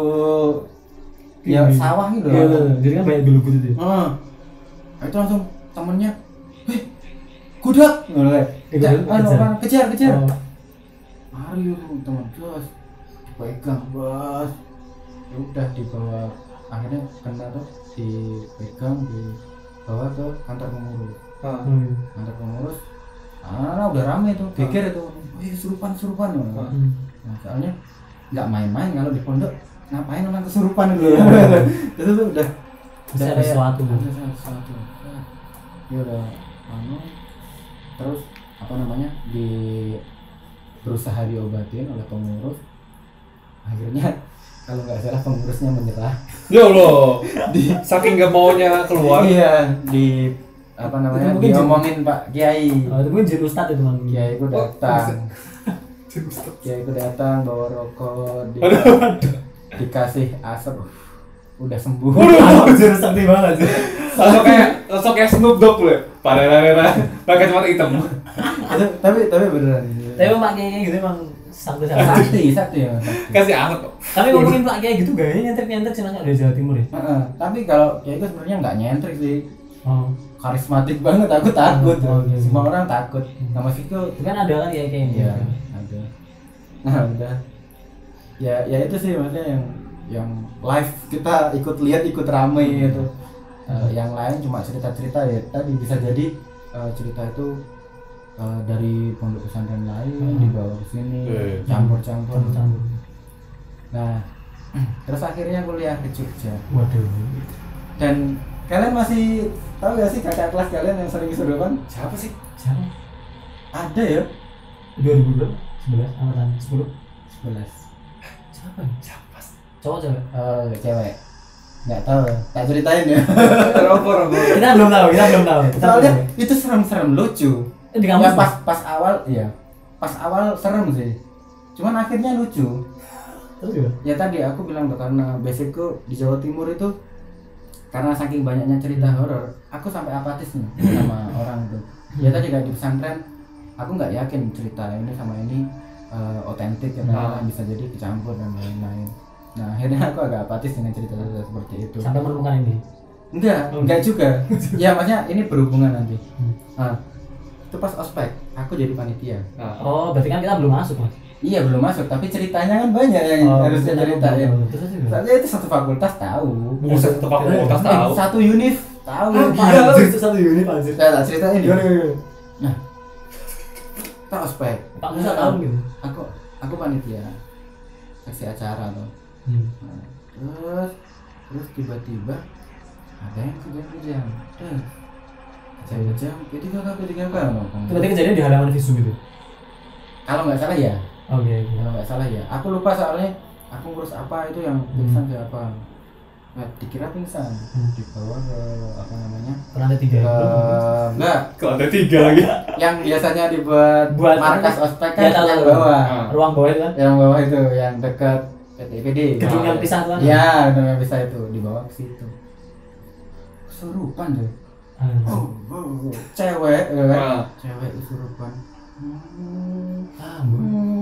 ya Ini. sawah gitu. Iya, jadi kan banyak dulu gitu deh. Heeh. Nah, itu langsung temennya, "Heh, kudak." Mulai. Ikut- Ja- anu, kejar. apa, kejar, kejar. Oh. Mari yuk, teman, bos. Pegang, bos. Ya udah dibawa akhirnya kena tuh dipegang dibawa ke kantor pengurus. Hah. Hmm. Kantor pengurus. Ah, udah rame tuh, geger itu. Wih, kesurupan, kesurupan. Hmm. Nah, soalnya nggak main-main kalau di pondok ngapain orang kesurupan gitu. Itu tuh udah Bisa udah ada kayak- sesuatu. ada sesuatu. Ya udah anu terus apa namanya di berusaha diobatin oleh pengurus. Akhirnya kalau nggak salah pengurusnya menyerah. Ya Allah. Saking gak maunya keluar. Iya, di apa namanya Itu mungkin diomongin Pak Kiai. Oh, itu mungkin jin ustad itu man. Kiai itu datang. Aduh, Kiai itu datang bawa rokok, di- aduh. dikasih asap, udah sembuh. Jin ustad di mana sih? Langsung kayak langsung kayak Snoop Dogg loh. Parah-parah. Pakai kacamata hitam. Itu- tapi tapi beneran. Tapi Pak Kiai gitu emang sakti sakti. sakti, sakti ya. sakti. Kasih anget kok. Tapi ngomongin Pak Kiai gitu gayanya nyentrik-nyentrik sih Mas dari Jawa Timur ya. Heeh, tapi kalau Kiai itu sebenarnya nggak nyentrik sih. Oh. Karismatik banget, aku takut. Oh, iya, iya. Semua orang takut. Nama itu Itu kan ada kan Kiai Kiai. iya, ada. Nah, udah. Ya, ya itu sih maksudnya yang yang live kita ikut lihat ikut rame gitu. Uh, yang lain cuma cerita-cerita ya tadi bisa jadi uh, cerita itu uh, dari pondok pesantren lain hmm. dibawa ke sini yeah. campur-campur. Campur. Nah, terus akhirnya kuliah ke Jogja. Waduh. Dan kalian masih tahu gak sih kakak kelas kalian yang sering kesurupan? Siapa sih? Siapa? Ada ya? dua ribu berapa? sebelas angkatan sepuluh. sebelas. Siapa? ya? Siapa sih? Cowok cewek? Oh, cewek. Nggak tahu, tak ceritain ya. Robo-robo. Kita belum tahu, kita belum tahu. Kita Soalnya belum tahu. itu serem-serem lucu. Eh, di kampus Ya pas pas awal, iya. Pas awal serem sih. Cuman akhirnya lucu. Terus juga? Ya tadi aku bilang tuh karena basicku di Jawa Timur itu karena saking banyaknya cerita horor, aku sampai apatis nih sama orang itu. Ya tadi kayak di pesantren, aku nggak yakin cerita ini sama ini otentik uh, ya, hmm. bisa jadi kecampur dan lain-lain. Nah akhirnya aku agak apatis dengan cerita-cerita seperti itu. Sampai menemukan ini? Enggak, Oh. enggak juga. Ya maksudnya ini berhubungan nanti. Hmm. Nah, itu pas ospek, aku jadi panitia. Nah. Oh, berarti kan kita belum masuk, Mas. Iya belum masuk, tapi ceritanya kan banyak yang Oh, harusnya betul, ceritain. betul, betul, betul. Soalnya itu satu fakultas tahu. Buset, satu fakultas Eh, tahu. Satu univ tahu. Apa? Iya. Itu satu unit, Pak. Saya tak ceritain Gimana, ya. gimana? Nah, kita ospek. Pak Musa tahu gitu. Aku aku panitia seksi acara tuh. Hmm. Nah, terus terus tiba-tiba ada yang kejang-kejang. Eh, kejang-kejang. P tiga K P tiga K. Itu berarti kejadian di halaman visum itu. Kalau nggak salah ya. Oke, oke. Kalau nggak salah ya. Aku lupa soalnya aku ngurus apa itu yang pingsan siapa. Nah, dikira pingsan, Hmm. dibawa ke apa namanya? Ke lantai tiga Ke itu. enggak, Ke lantai tiga lagi. yang biasanya dibuat Buat markas apa? ospek Ya, kan tahu, yang tahu. bawah. Ah. Ruang bawah itu kan. Yang bawah itu yang dekat P T I P D. Gedung Ah. yang pisah tuh kan. Iya, gedung yang pisah itu dibawa ke situ. Kesurupan tuh. Ah. Oh, oh, oh. Cewek, ya kan? Ah. Cewek kesurupan. Hmm. Ah, Bu.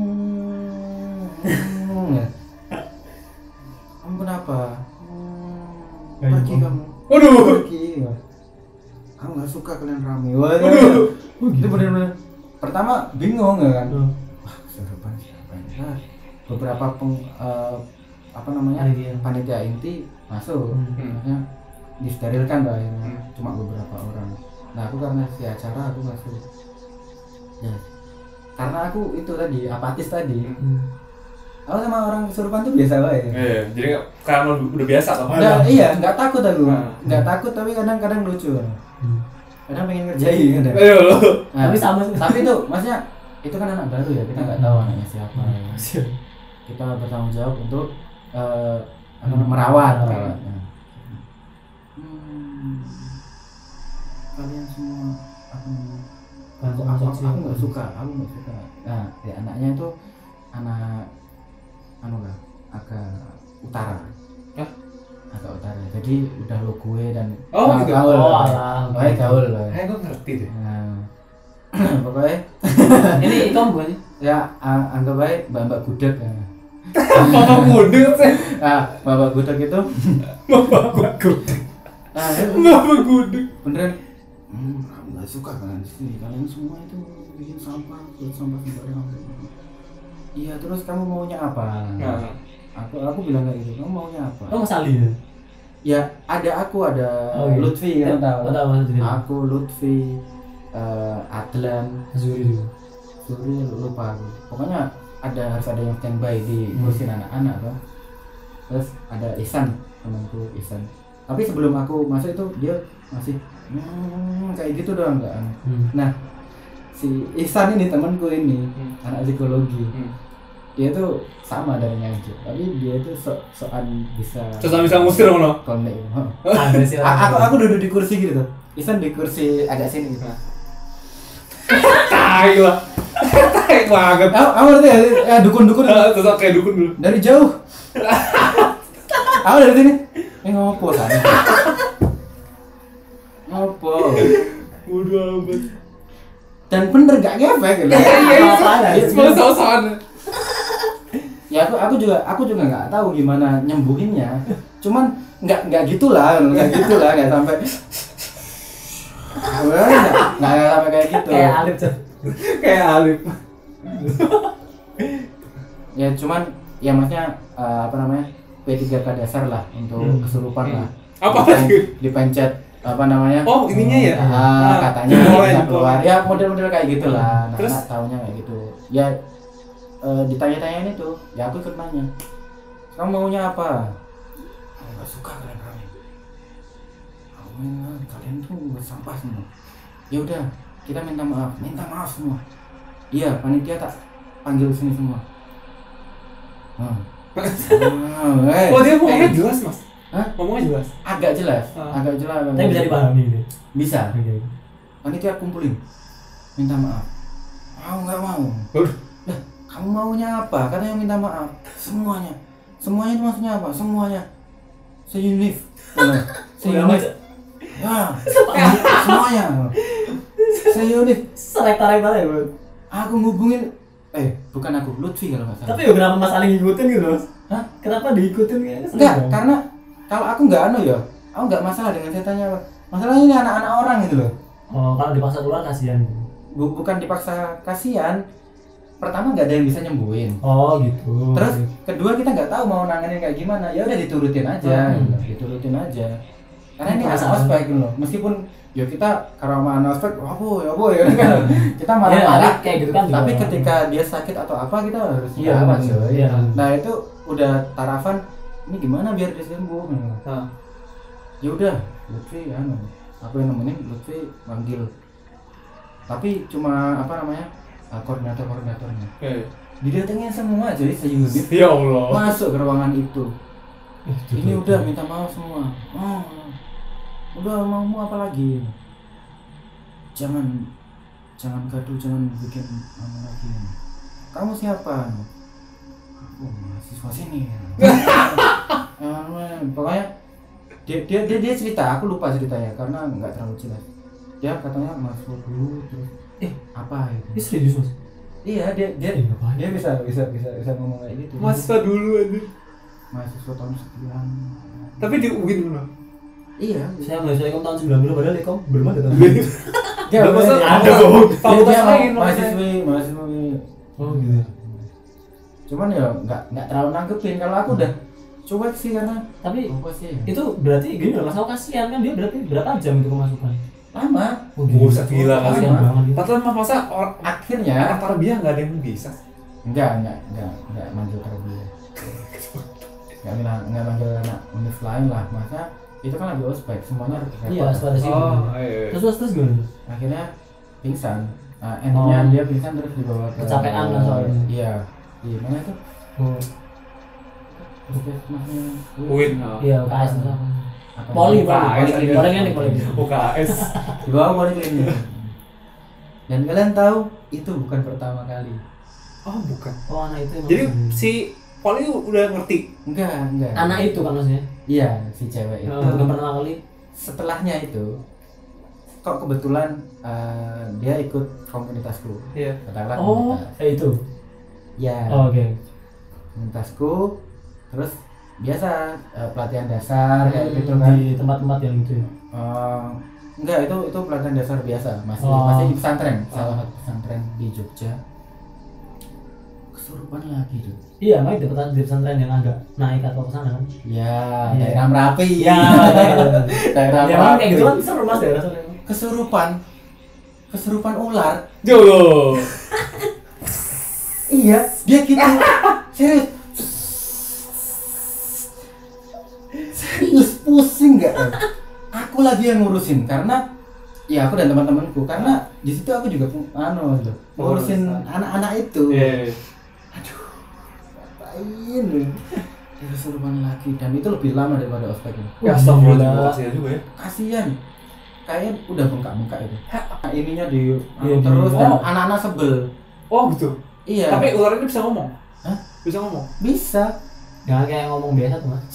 Hmm. Kamu kenapa? Hmm. Ayo, Pergi Om. kamu. Waduh. Pergi. Aku nggak suka kalian rame. Waduh. Waduh. Oh, Itu gitu. benar-benar. Pertama bingung ya kan. Hmm. Wah, kesurupan siapa ini? Nah, beberapa peng, eh, apa namanya Panitia. panitia inti masuk. Hmm. Maksudnya disterilkan lah akhirnya. Hmm. Cuma beberapa orang. Nah aku karena si acara aku masuk. Ya. Karena aku itu tadi apatis tadi. Hmm. Aku sama orang kesurupan tuh biasa banget. Iya, jadi karena udah biasa toh. Udah, iya, nggak takut aku, Hmm. nggak takut tapi kadang-kadang lucu, Hmm. kadang pengen ngerjain kadang. Ayo lo. Nah, Tapi sama sih. tapi tuh, maksudnya itu kan anak baru ya, kita nggak tahu anaknya siapa. Hmm. Siap. Kita bertanggung jawab untuk eh, apa namanya, merawat. Hmm. merawat. Nah. Hmm. Kalian semua apa namanya? Aku, aku, aku, aku nggak suka, aku nggak suka. Nah, ya anaknya itu anak anu lah, agak utara. Hah? Agak utara. Jadi udah lo gue dan Oh, ah, gitu. gaul. Oh, alah. Pokoknya gaul lah. Eh, gue ngerti deh. Nah, pokoknya Ini ikom bukan sih? ya a- anggap baik mbak-mbak gudeg. Ya. Mama muda sih. Nah, mbak-mbak gudeg itu Mama gudeg. nah, itu Mama gudeg. beneran hmm, aku nggak suka kalian di sini. Kalian semua itu bikin sampah, buat sampah sembarangan. Iya, terus kamu maunya apa? Nah. Aku aku bilang kayak gitu. Kamu maunya apa? Oh, Mas Ali ya? Ya, ada aku, ada Oh, iya. Lutfi kan tahu. Oh, tahu, tahu. Aku Lutfi, eh, Adlan, Zuri juga. Suri lupa aku. Pokoknya ada harus ada yang standby di Hmm. kursi anak-anak tuh. Terus ada Ihsan, temanku Ihsan. Tapi sebelum aku masuk itu dia masih hmm, kayak gitu doang enggak. Hmm. Nah, si Ihsan ini temanku ini, Hmm. anak psikologi. Hmm. Dia tuh sama dari Nganjuk, tapi dia tuh sok-sokan bisa Terus bisa ngusir ngono. connect. Hah. Ada sih. A- aku aku duduk di kursi gitu tuh. Ihsan di kursi agak sini gitu. Tai lah. Tai banget. Kamu kamu ngerti ya? Ya dukun-dukun Terus kayak dukun dulu. dari jauh. Aku dari sini. Ini ngopo sana? Ngopo? Bodoh amat. Dan bener gak ngefek gitu. Iya iya. Apa-apaan. Iya, semua sama-sama. Ya aku aku juga aku juga nggak tahu gimana nyembuhinnya. Cuman nggak nggak gitulah, nggak gitulah, nggak sampai. Nggak nggak sampai kayak gitu. Kayak Alif tuh. Kayak Alif. Ya cuman ya maksudnya eh, apa namanya P tiga K dasar lah untuk Hmm. kesurupan Hmm. lah. Apa Dipen- lagi? Dipencet apa namanya? Oh, ininya ya? Ah, Ah, katanya jempolnya, bisa jempolnya. keluar. Ya model-model kayak gitulah. Nah, Terus? anak taunya kayak gitu. Ya eh, ditanya-tanyain itu, ya aku ikut nanya. Kamu maunya apa? Aku nggak suka kalian rame. Aku bilang, kalian tuh sampah semua. Ya udah, kita minta maaf, minta maaf semua. Iya, panitia tak panggil sini semua. Hmm. Hmm, eh, Oh dia ngomongnya eh, jelas mas? Hah? Ngomongnya jelas? agak jelas, Ah. agak jelas. Tapi bisa dipahami gitu. Bisa. Oke. Panitia kumpulin, minta maaf. Aku nggak mau. Waduh. Lah, kamu maunya apa? Katanya minta maaf. Semuanya. Semuanya itu maksudnya apa? Semuanya. Se-unif. Se-unif. Ya. Semuanya. Se-unif. Selektor-selektor ya, Bro. Aku ngubungin eh bukan aku, Lutfi kalau nggak salah. Tapi ya kenapa Mas Ali ngikutin gitu, Mas? Hah? Kenapa diikutin kayaknya? Enggak, karena kalau aku nggak anu ya, aku nggak masalah dengan setannya. Masalahnya ini anak-anak orang gitu loh. Oh, kalau dipaksa keluar kasihan. Bu- bukan dipaksa kasihan. Pertama nggak ada yang bisa nyembuhin. Oh, gitu. Terus kedua kita nggak tahu mau nanganin kayak gimana. Ya udah diturutin aja, Hmm. gitu. diturutin aja. Karena ini Itu anak masalah. ospek gitu loh. Meskipun ya kita karena sama anak ospek, wah boy, ya boy, kan. Kita marah-marah. Ya, kayak gitu kan juga. Tapi ketika dia sakit atau apa kita harus Iya, nyaman, betul. coy. Iya. Nah itu udah tarafan. Ini gimana biar dia sembuh? Nah. Ya udah, Lutfi anu, aku yang nemenin Lutfi manggil. Tapi cuma apa namanya? uh, koordinator-koordinatornya. Eh. Didatengin semua jadi se-unit Ya Allah. masuk ke ruangan itu. Itu Ini tuh. udah minta maaf semua. Oh, udah maumu apa lagi? Jangan jangan gaduh, jangan bikin anu lagi. Kamu siapa? Aku mahasiswa sini. Eh, pokoknya dia, dia dia dia cerita, aku lupa ceritanya karena nggak terlalu jelas. Dia katanya masuk dulu terus eh apa Ini itu? serius, Mas? Iya dia dia Eh, ngapain? dia bisa bisa bisa bisa ngomong kayak gitu. Masa dulu aja. Mahasiswa tahun sekian. Tapi di U I N mana? Iya. Saya mulai saya tahun sembilan puluh padahal Ekom belum ada tahun. Dia Lah, masa dia- ada dia- dong. dia- Fakultas dia lain, mahasiswi mahasiswi. Oh, gitu. Cuman ya nggak nggak terlalu nanggepin kalau aku udah cuek sih karena Tapi apa sih? itu berarti gini loh, Mas, aku kasihan kan dia berarti berapa jam itu kemasukan? Lama. Oh, Buset, gila kali. Kasihan banget itu. Padahal mah masa orang Akhirnya anak tarbiyah nggak ada yang bisa. enggak enggak enggak enggak manggil terlebih. Enggak bilang enggak manggil anak univ lain lah. Masa itu kan lagi ospek semuanya repot. Iya, pada sih. Oh, iya. Terus terus terus gimana? Akhirnya pingsan. Nah, endingnya Oh. dia pingsan terus dibawa ke Kecapean lah soalnya. Iya. Di mana tuh? Oh, Puskesmasnya U I N. iya, U K S itu apa? Apa? Poli, U K S poli, aja. poli kan nih, poli. U K S. Di bawah poliklinik. Dan kalian tahu itu bukan pertama kali. Oh, bukan. Oh, anak itu emang. Jadi si Poli udah ngerti. Enggak, enggak. anak itu kan maksudnya. Iya, si cewek itu. Oh, bukan pertama kali. Setelahnya itu kok kebetulan eh, dia ikut komunitasku. Iya. Katakanlah Oh, komunitas. eh itu. Ya, Oh, oke. komunitasku. Terus biasa eh, pelatihan dasar kayak Hmm, gitu kan. Di tempat-tempat yang gitu ya. Eh, enggak, itu itu pelatihan dasar biasa, masih Oh. masih di pesantren, Oh. salah satu pesantren di Jogja. Kesurupan lagi tuh. Iya, makanya di pesantren, di pesantren yang agak naik atau ke sana kan. Ya, Iya. daerah Merapi. Iya. daerah Ya, Merapi. kayak gitu kan seru Mas daerah sana. Kesurupan. Kesurupan ular. Jolo. Iya, dia gitu. Serius. Serius pusing nggak? Aku lagi yang ngurusin karena ya aku dan teman-temanku karena di situ aku juga pu- anu loh, ngurusin anak-anak itu. Iya. Aduh, ngapain lu? Dia kesurupan lagi dan itu lebih lama daripada ospek ini. Ya, Wah, astagfirullah, gila. kasihan juga ya. Kasian. Kayaknya udah bengkak-bengkak itu. Nah, ininya di Iya, anu terus di- dan oh. anak-anak sebel. Oh, gitu. Iya. Tapi ular ini bisa ngomong. Hah? Bisa ngomong. Bisa. Jangan kayak ngomong biasa tuh Mas.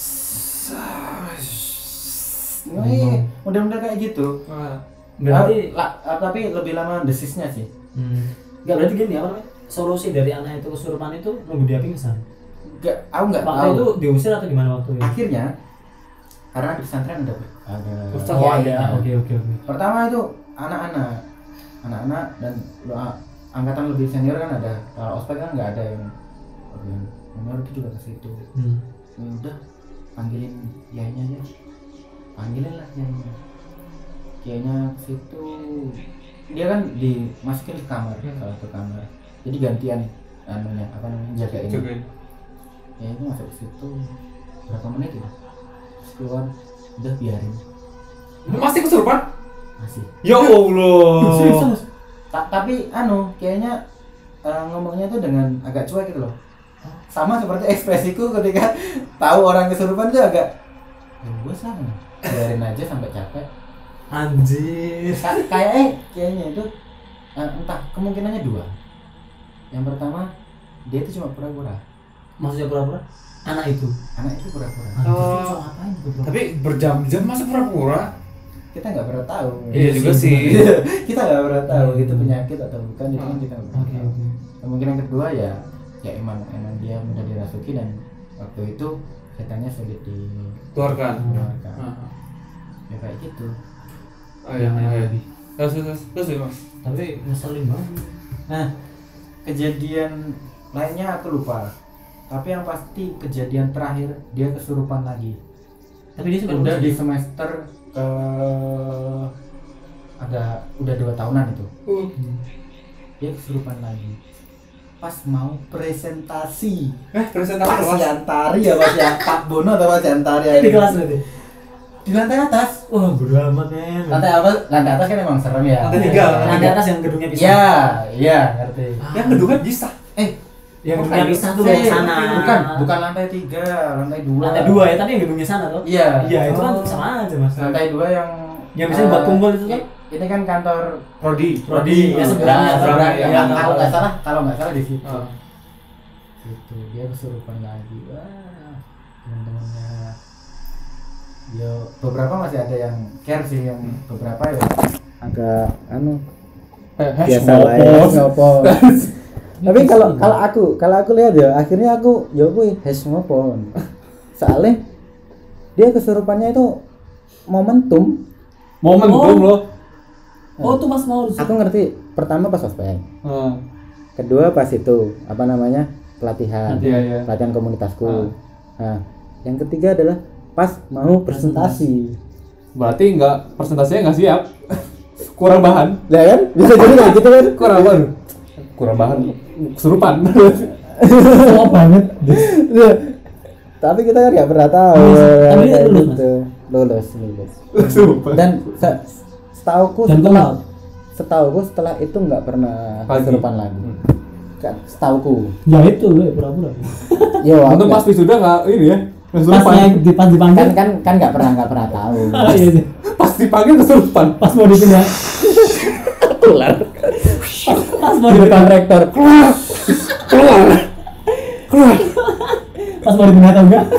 Ini model-model kayak gitu. Nah, Berarti Ah, la- ah, tapi lebih lama desisnya sih. hmm. Enggak berarti gini apa namanya? Solusi dari anak itu kesurupan itu nunggu dia pingsan. Enggak, aku nggak Waktu tahu. itu diusir atau gimana waktu itu? Akhirnya karena di pesantren ada ada Ustaz, Oh, kiai. ada. Oke, oke, oke. Pertama itu anak-anak, anak-anak dan lo- angkatan lebih senior kan ada. Kalau ospek kan nggak ada yang lebih senior itu juga ke situ. Hmm. Ya udah panggilin kiainya aja, panggilin lah kiainya. Kiainya ke situ, dia kan dimasukin ke kamar, Hmm. kalau ke kamar. Jadi gantian anunya apa namanya jagain. Jagain. Ya itu masuk ke situ berapa menit ya? Terus keluar, udah biarin. Masih kesurupan? Masih. Ya Allah. Serius. Ta- tapi anu kayaknya uh, ngomongnya tuh dengan agak cuek gitu loh. Sama seperti ekspresiku ketika tahu orang kesurupan tuh agak ya gue sama biarin aja sampai capek. Anjir. Ka- kayak eh kayaknya itu uh, entah kemungkinannya dua. Yang pertama dia itu cuma pura-pura. Maksudnya pura-pura? Anak itu. Anak itu pura-pura. Oh. Anjir, ngapain tuh, bro? Tapi berjam-jam masa pura-pura? Kita nggak pernah tahu. Iya juga sih. Kita nggak pernah tahu itu penyakit atau bukan, itu kan kita nggak pernah Oke, tahu. oke. Kemungkinan kedua ya ya emang emang dia mudah dirasuki dan waktu itu setannya sulit Keluarkan. dikeluarkan. Ah. Ya kayak gitu. Oh iya, iya, iya. Terus, terus, terus, terus, Mas. Tapi ngeselin banget. Nah, kejadian lainnya aku lupa. Tapi yang pasti kejadian terakhir dia kesurupan lagi. Tapi dia sebenarnya Udah di masih- semester ke ada udah dua tahunan itu. Uh. Dia kesurupan lagi. Pas mau presentasi. Eh, presentasi Pak kelas. Siantari ya Mas ya, Pak Bono atau Pak Siantari ya. di kelas berarti. Di lantai atas. Wah, bodo amat, men. Lantai apa? Lantai atas kan emang serem ya. Lantai tiga. Lantai atas yang gedungnya pisah. Iya, iya, ngerti. Yang kedua bisa. Eh, Yang Bukan, gedungnya pisah tuh saya- ke sana. Bukan, bukan lantai tiga, lantai dua. Lantai dua ya, tapi yang gedungnya sana tuh. Iya. Iya, itu kan Oh. sama aja, Mas. Lantai dua yang Yang biasanya buat eh, kumpul itu kan? i- Ini kan kantor Prodi. Prodi, ya, seberangnya, Ya, seberang, ya, ya, kalau tahu. nggak salah, kalau nggak salah di situ. Ah. Gitu, dia kesurupan lagi. Wah, teman-temannya. Yo, beberapa masih ada yang care sih, yang beberapa ya agak anu biasa lah ya, ngopo. Tapi kalau kalau aku kalau aku lihat ya akhirnya aku ya kuwi hes ngopo. Soalnya dia kesurupannya itu momentum. Momentum Oh. loh. Oh, tuh Mas mau. Aku ngerti pertama pas ospek. Ah. Kedua pas itu apa namanya pelatihan, Iya, iya. pelatihan komunitasku. Nah, yang ketiga adalah pas mau presentasi. Berarti nggak presentasinya nggak siap. Kurang bahan. Lah kan bisa jadi kayak gitu kan? Kurang bahan. Kurang bahan. Kesurupan. Oh, banget. Loh, tapi kita kan nggak pernah tahu. Lulus. ya, Tapi dia kayak lulus, gitu. lulus, lulus. Kesurupan. Dan se- setauku Dan setelah keluar. setauku setelah itu nggak pernah Lagi. kesurupan lagi. Hmm. Kan setauku. Ya itu loh, pura-pura. Yo, aku Untung nggak- pasti sudah nggak ini ya. Pas Kesurupan. yang di pas dipanggil. kan kan kan nggak pernah nggak pernah tahu. Ah, iya, iya. Pas dipanggil kesurupan. Pas mau dipindah. Keluar. Pas mau Di depan dipindah. rektor keluar. Keluar. Keluar. Pas mau dipindah atau enggak?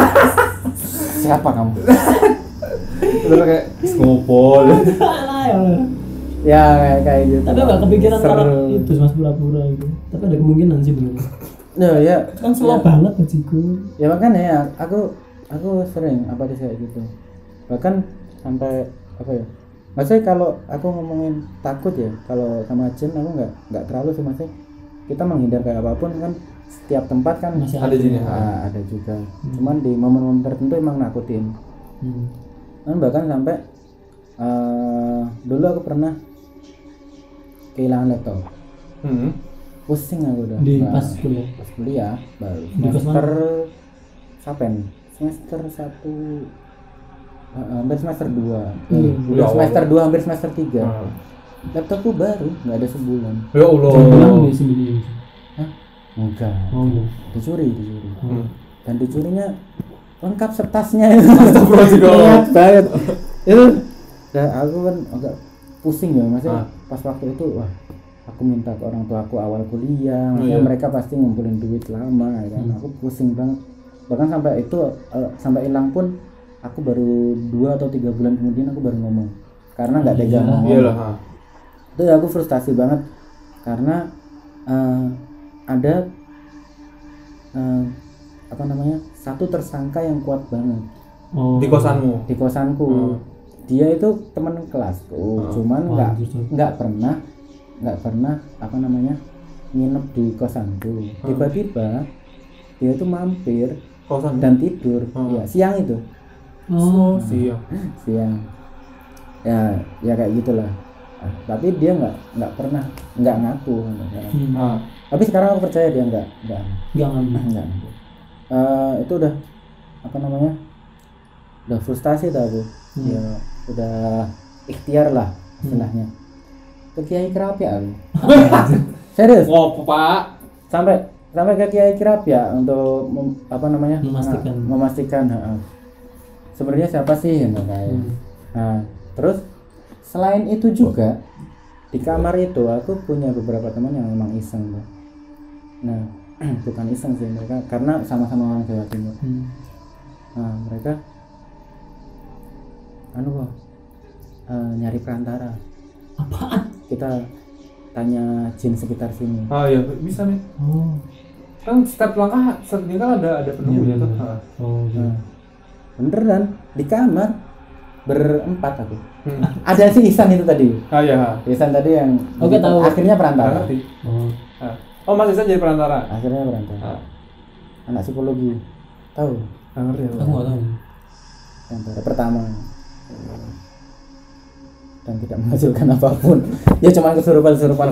Siapa kamu? Terus kayak ngopol. Alah, ya. Ya kayak kayak gitu. Tapi enggak kepikiran Seru. kalau itu Mas pura-pura gitu. Tapi ada kemungkinan sih bener. No, ya. Kan slow ya. banget bajiku. Ya makanya ya, aku aku sering apa sih kayak gitu. Bahkan sampai apa ya? Maksudnya kalau aku ngomongin takut ya, kalau sama jin aku nggak nggak terlalu sih maksudnya. Kita menghindar kayak apapun kan setiap tempat kan Masih Ada jinnya. ah, ada juga. Cuman di momen-momen tertentu emang nakutin. Hmm. Dan bahkan sampai eh, dulu aku pernah kehilangan laptop. Hmm. Pusing aku udah. Di Nah, pas kuliah. pas kuliah baru Di kos semester sapen semester satu uh, hampir semester dua Hmm. udah Ya Allah. semester dua hampir semester tiga Ah. laptopku baru nggak ada sebulan Ya Allah. Pulang di sini. Hah? enggak Oh, enggak. dicuri dicuri Hmm. dan dicurinya lengkap setasnya itu Astagfirullahaladzim. Lengkap banget itu dan aku kan agak pusing ya maksudnya Ah. pas waktu itu wah aku minta ke orang tua aku awal kuliah Oh, maksudnya iya. mereka pasti ngumpulin duit lama ya kan aku pusing banget bahkan sampai itu eh, sampai hilang pun aku baru dua atau tiga bulan kemudian aku baru ngomong karena nggak tega Iya. ngomong Iyalah. ah. itu ya aku frustasi banget karena eh, ada eh, apa namanya satu tersangka yang kuat banget Oh. Di kosanmu. di kosanku Hmm. dia itu teman kelasku Hmm. cuman Oh, nggak justru. nggak pernah nggak pernah apa namanya nginep di kosanku Hmm. tiba-tiba dia itu mampir Kosan. dan tidur. Oh. Ya, siang itu. Oh, Siang. Siang. Ya, ya kayak gitulah. Ah, tapi dia nggak nggak pernah nggak ngaku. hmm. Ah. Tapi sekarang aku percaya dia nggak nggak Enggak ngambil. nggak. Eh, itu udah apa namanya? Udah frustasi tuh aku. Hmm. Ya udah ikhtiar lah istilahnya. Ke Kiai Kerapia aku. Serius. Wow, Pak. Sampai sampai ke Kiai Kerapia untuk mem- apa namanya? Memastikan. Nah, memastikan. heeh. Sebenarnya siapa sih yang kayak. Hmm. Nah, terus selain itu juga di kamar itu aku punya beberapa teman yang memang iseng tuh. Nah, bukan iseng sih mereka karena sama-sama orang Jawa Timur. Hmm. Nah, mereka anu kok eh, nyari perantara. Apaan? Kita tanya jin sekitar sini. Ah iya, bisa nih. Oh. Kan setiap langkah setiap kan ada ada penunggunya Iya, tuh. bener. Ah. Oh, gitu. Nah, beneran di kamar berempat aku. Hmm. Ada si Ihsan itu tadi. Ah iya. Ihsan tadi yang Oke, tahu. akhirnya Nggak perantara. ngerti. Oh. Ah. Oh, Mas Isan jadi perantara. Akhirnya perantara. Ah. Anak psikologi. Tahu? Nggak ngerti aku. Aku nggak tahu. Perantara pertama. Dan tidak menghasilkan apapun. Ya cuma kesurupan-kesurupan.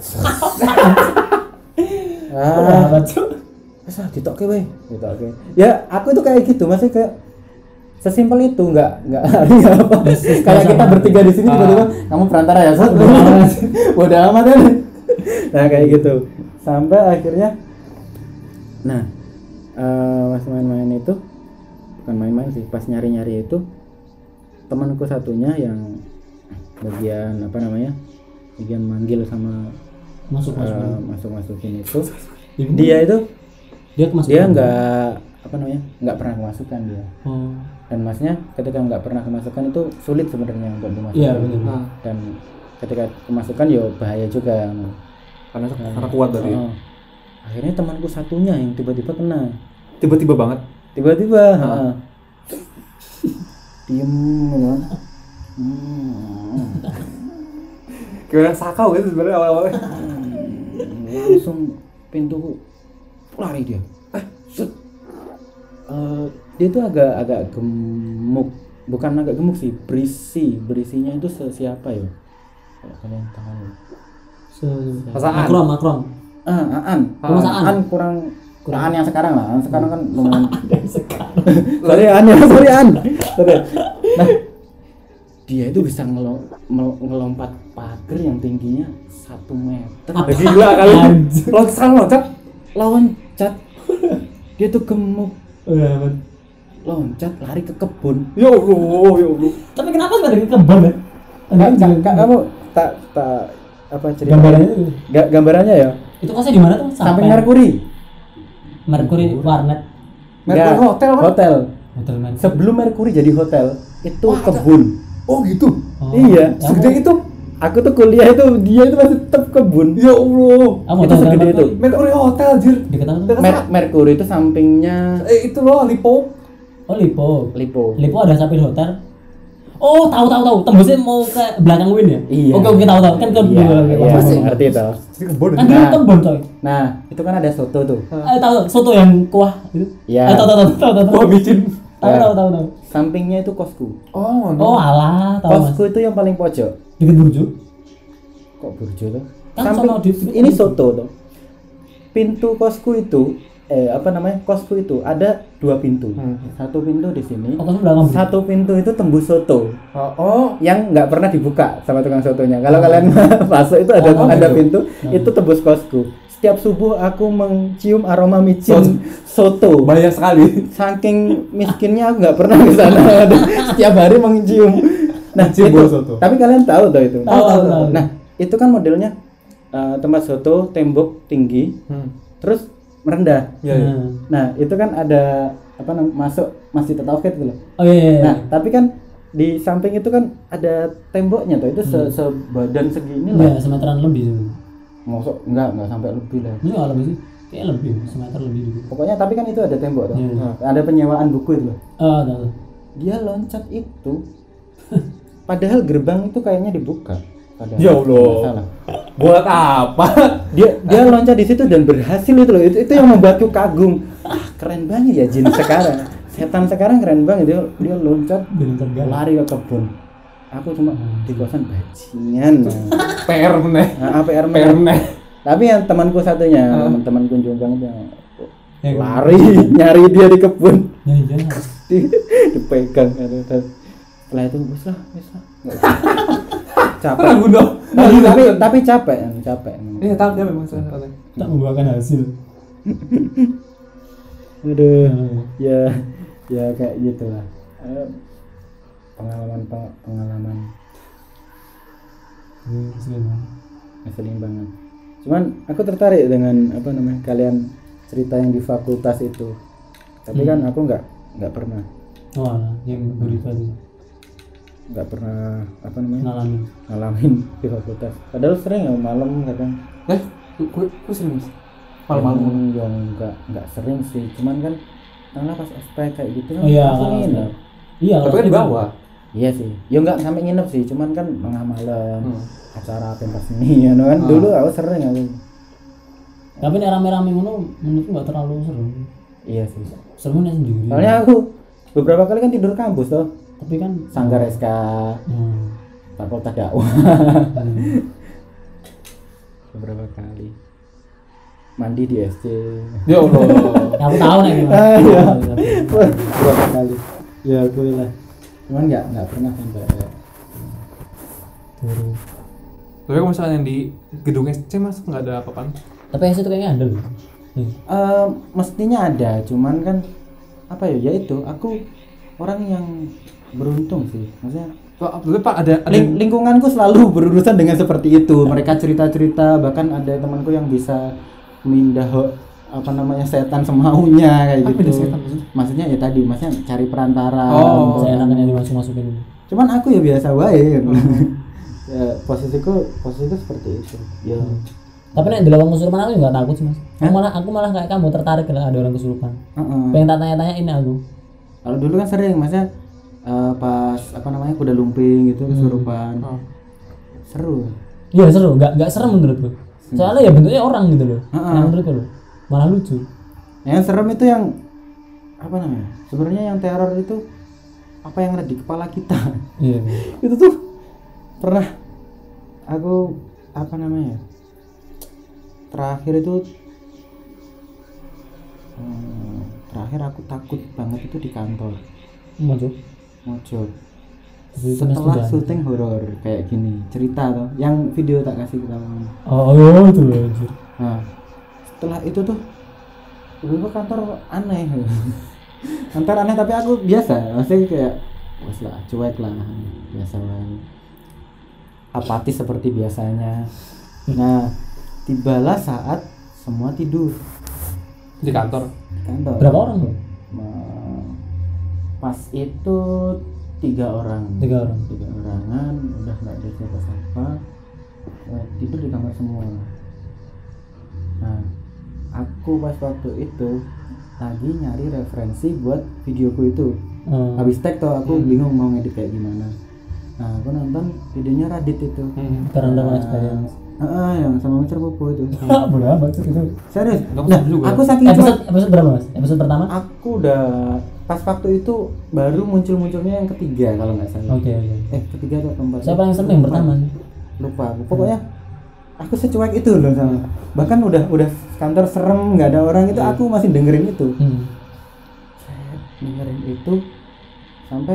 ah, Wes ah ditokke we, ditokke. Ya, aku itu kayak gitu, masih kayak sesimpel itu, enggak enggak hari apa. Kayak kita bertiga di sini tiba-tiba kamu perantara ya, Sat. Bodoh amat kan. Nah, kayak gitu. Sampai akhirnya nah, eh pas main-main itu bukan main-main sih, pas nyari-nyari itu temanku satunya yang bagian apa namanya? Bagian manggil sama Masuk masuk. eh, masuk-masukin itu. Ibu? Dia itu Dia kemasukan. dia nggak apa namanya nggak pernah kemasukan dia Oh. dan masnya ketika nggak pernah kemasukan itu sulit sebenarnya untuk dimasukkan. Iya, benar. Ah. Dan ketika kemasukan ya bahaya juga. Karena karena kuat tadi. Oh. Akhirnya temanku satunya yang tiba-tiba kena Tiba-tiba banget. tiba-tiba Ah. heeh. Diem kan. Hmm. Kayak sakau gitu sebenarnya awal-awalnya. Langsung pintu lari dia. Eh, set. Eh, dia tuh agak agak gemuk, bukan agak gemuk sih, berisi, berisinya itu se- siapa ya? Kalau kalian tahu. Se Masaan. Makrom, makrom. Ah, Aan. Oh, Mas Aan. Aan kurang Kurang. Aan yang sekarang lah. Aan sekarang kan lumayan. sorry Aan ya, sorry Aan. Sorry. Nah, dia itu bisa ngelo- mel- ngelompat pagar yang tingginya satu meter. Udah gila kali. Loncat loncat. Loncat. Dia tuh gemuk. Oh, iya, bener. Loncat lari ke kebun. Ya Allah, ya Allah. Tapi kenapa nggak ada ke kebun ya? Enggak, enggak, enggak, kamu tak tak apa cerita Gambarannya itu. Ga- gambarannya ya Itu kosnya di mana tuh? samping Merkuri. Merkuri warnet. Merkuri Enggak, hotel kan? hotel. Hotel Merkuri. Sebelum Merkuri jadi hotel itu kebun. Oh gitu. Oh. Iya, Ya, segede aku- itu. Aku tuh kuliah itu dia itu masih tetap kebun. Ya Allah. Aku Itu hotel segede Merkuri. itu. Merkuri hotel anjir. Deket apa tuh? Dekat Mer- Merkuri itu sampingnya Eh itu loh Lipo. Oh, Lipo. Lipo. Lipo ada samping hotel. Oh, tahu tahu tahu. Tembusnya mau ke belakang Win ya? Iya. Oke, oke tahu tahu. Kan ke Iya, iya, Masih. ngerti itu. Jadi kebun. Kan dulu Nah. kebun coy. Nah, itu kan ada soto tuh. Eh, tahu soto yang kuah itu. Iya. Eh, tahu tahu tahu tahu tahu. Wah micin. Tahu Ya. tahu tahu tahu. Sampingnya itu kosku. Oh, Oh, alah, tahu Mas. Kosku itu yang paling pojok. Deket Burjo. Kok burjo tuh? Kan Samping sono di- ini soto tuh. Pintu kosku itu eh apa namanya? Kosku itu ada dua pintu. Hmm. Satu pintu di sini. Oh, kan belakang. Bro. Satu pintu itu tembus soto Oh, oh. yang nggak pernah dibuka sama tukang sotonya. Kalau kalian masuk itu ada Oh, ada gitu. pintu, itu tembus kosku. Setiap subuh aku mencium aroma micin soto. Banyak sekali. Saking miskinnya aku nggak pernah ke sana. Setiap hari mencium. Nah, Mencium itu. bau soto. Tapi kalian tahu tuh itu. Tahu, tahu, tahu. Nah, itu kan modelnya eh, tempat soto, tembok tinggi, Hmm. terus merendah. Ya, ya. Hmm. Nah, itu kan ada apa namanya? Masuk Masjid Tauhid gitu loh. Oh iya. iya. Nah, tapi kan di samping itu kan ada temboknya tuh. Itu se sebadan segini Iya, lah. semeteran lebih sih. Masuk enggak enggak sampai lebih lah. Ini nggak lebih sih. Kayak lebih, semeter lebih dulu. Pokoknya tapi kan itu ada tembok tuh. Iya. Ada penyewaan buku itu loh. Oh, tahu. tahu. Dia loncat itu padahal gerbang itu kayaknya dibuka padahal Ya Allah. Nggak salah. Buat apa? Dia dia loncat di situ dan berhasil itu loh. Itu itu yang membuatku kagum. Ah, keren banget ya jin sekarang. Setan sekarang keren banget dia dia loncat lari ke kebun. Aku cuma di kosan bajingan. P R meneh. Nah, P R P R meneh. Tapi yang temanku satunya, Uh. teman-temanku Jombang itu yang Ya, lari nyari dia di kebun. Ya, iya. Di, dipegang gitu. Dan setelah itu wis lah, wis lah. Nggak usah. Capek. Pernah bunuh. Tapi, tapi tapi capek, capek. Iya, tahu dia memang salah. Tak membuahkan hasil. Aduh, ya ya kayak gitulah. Eh, pengalaman peng- pengalaman ngeselin banget. Cuman aku tertarik dengan apa namanya kalian cerita yang di fakultas itu. Tapi Hmm. kan aku nggak nggak pernah Wah, yang berita itu nggak pernah apa namanya ngalamin. ngalamin di fakultas. Padahal sering ya malam kadang. Eh, gue gue sering malam-malam. Hmm, ya nggak nggak sering sih. Cuman kan karena pas S P kayak gitu kan Oh iya, langsung kalau nginep. Iya, Tapi kan di bawah. Iya sih. Ya nggak sampai nginep sih. Cuman kan tengah malam. Hmm. Acara pentas seni ya kan. Ah. Dulu aku sering aku. Tapi nek rame-rame ngono menurutku enggak terlalu seru. Iya sih. Serunya sendiri. Soalnya aku beberapa kali kan tidur kampus toh. Tapi kan Sanggar S K, Hmm. Fakultas Dakwah. Hmm. Beberapa kali. Mandi di S C. Ya Allah. Aku tahu nek gimana. Ah, iya. Beberapa kali. Ya gue lah. Cuman nggak nggak pernah sampai Turu. Tapi kalau misalnya yang di gedung S C mas nggak ada apa-apaan. Tapi S itu kayaknya ada loh. Hmm. Eh, mestinya ada, cuman kan apa ya? Ya itu aku orang yang beruntung sih. Maksudnya Pak, tapi Pak ada ada ling- lingkunganku selalu berurusan dengan seperti itu. Mereka cerita-cerita, bahkan ada temanku yang bisa mindah ho- apa namanya setan semaunya kayak Apa gitu. itu setan maksudnya? Maksudnya ya tadi, maksudnya cari perantara. Oh. Saya enaknya dimasuk-masukin. Cuman aku ya biasa wae. Ya, posisiku posisiku seperti itu. Ya. Tapi nek delok wong kesurupan aku enggak takut sih, Mas. Aku Hah? malah aku malah kayak kamu tertarik kalau ada orang kesurupan. Heeh. Pengen tak tanya-tanya ini aku. Kalau dulu kan sering, maksudnya eh, pas apa namanya kuda lumping gitu kesurupan. Oh. Seru. Iya seru, enggak enggak serem menurutku. Soalnya ya bentuknya orang gitu loh. Heeh. Yang menurutku loh. Malah lucu. Yang serem itu yang apa namanya? Sebenarnya yang teror itu apa yang ada di kepala kita. Iya. Itu tuh pernah aku apa namanya? Terakhir itu hmm, terakhir aku takut banget itu di kantor. Mojok. Mojok. Tapi itu Setelah mas syuting horor kayak gini, cerita tuh, yang video tak kasih ke kamu. Oh, oh itu loh anjir. Nah, setelah itu tuh tiba-tiba kantor aneh. Kantor aneh tapi aku biasa, maksudnya kayak wes lah, cuek lah, biasa lah. Apatis seperti biasanya. Nah, tibalah saat semua tidur Di kantor. di kantor. Berapa orang tuh? Ma- Pas itu tiga orang. Tiga orang. Tiga orangan, udah nggak ada siapa-siapa. Eh, tidur di kamar semua. Nah, aku pas waktu itu lagi nyari referensi buat videoku itu. Oh. Habis tag tuh aku Hmm. bingung mau ngedit kayak gimana. Nah, aku nonton videonya Radit itu. Hmm. Paranormal Nah, experience. Heeh, yang sama Mister Popo itu. Boleh amat sih itu. Serius? Nggak Nah, usah juga. aku saking Episode cuek, episode berapa, Mas? Episode pertama? aku udah pas waktu itu baru muncul-munculnya yang ketiga kalau nggak salah. Oke, oke. Eh, ketiga atau keempat? Siapa yang seneng yang pertama? Lupa aku. Pokoknya aku secuek itu loh sama. Bahkan udah udah kantor serem nggak ada orang itu aku masih dengerin itu. Hmm. Dengerin itu sampai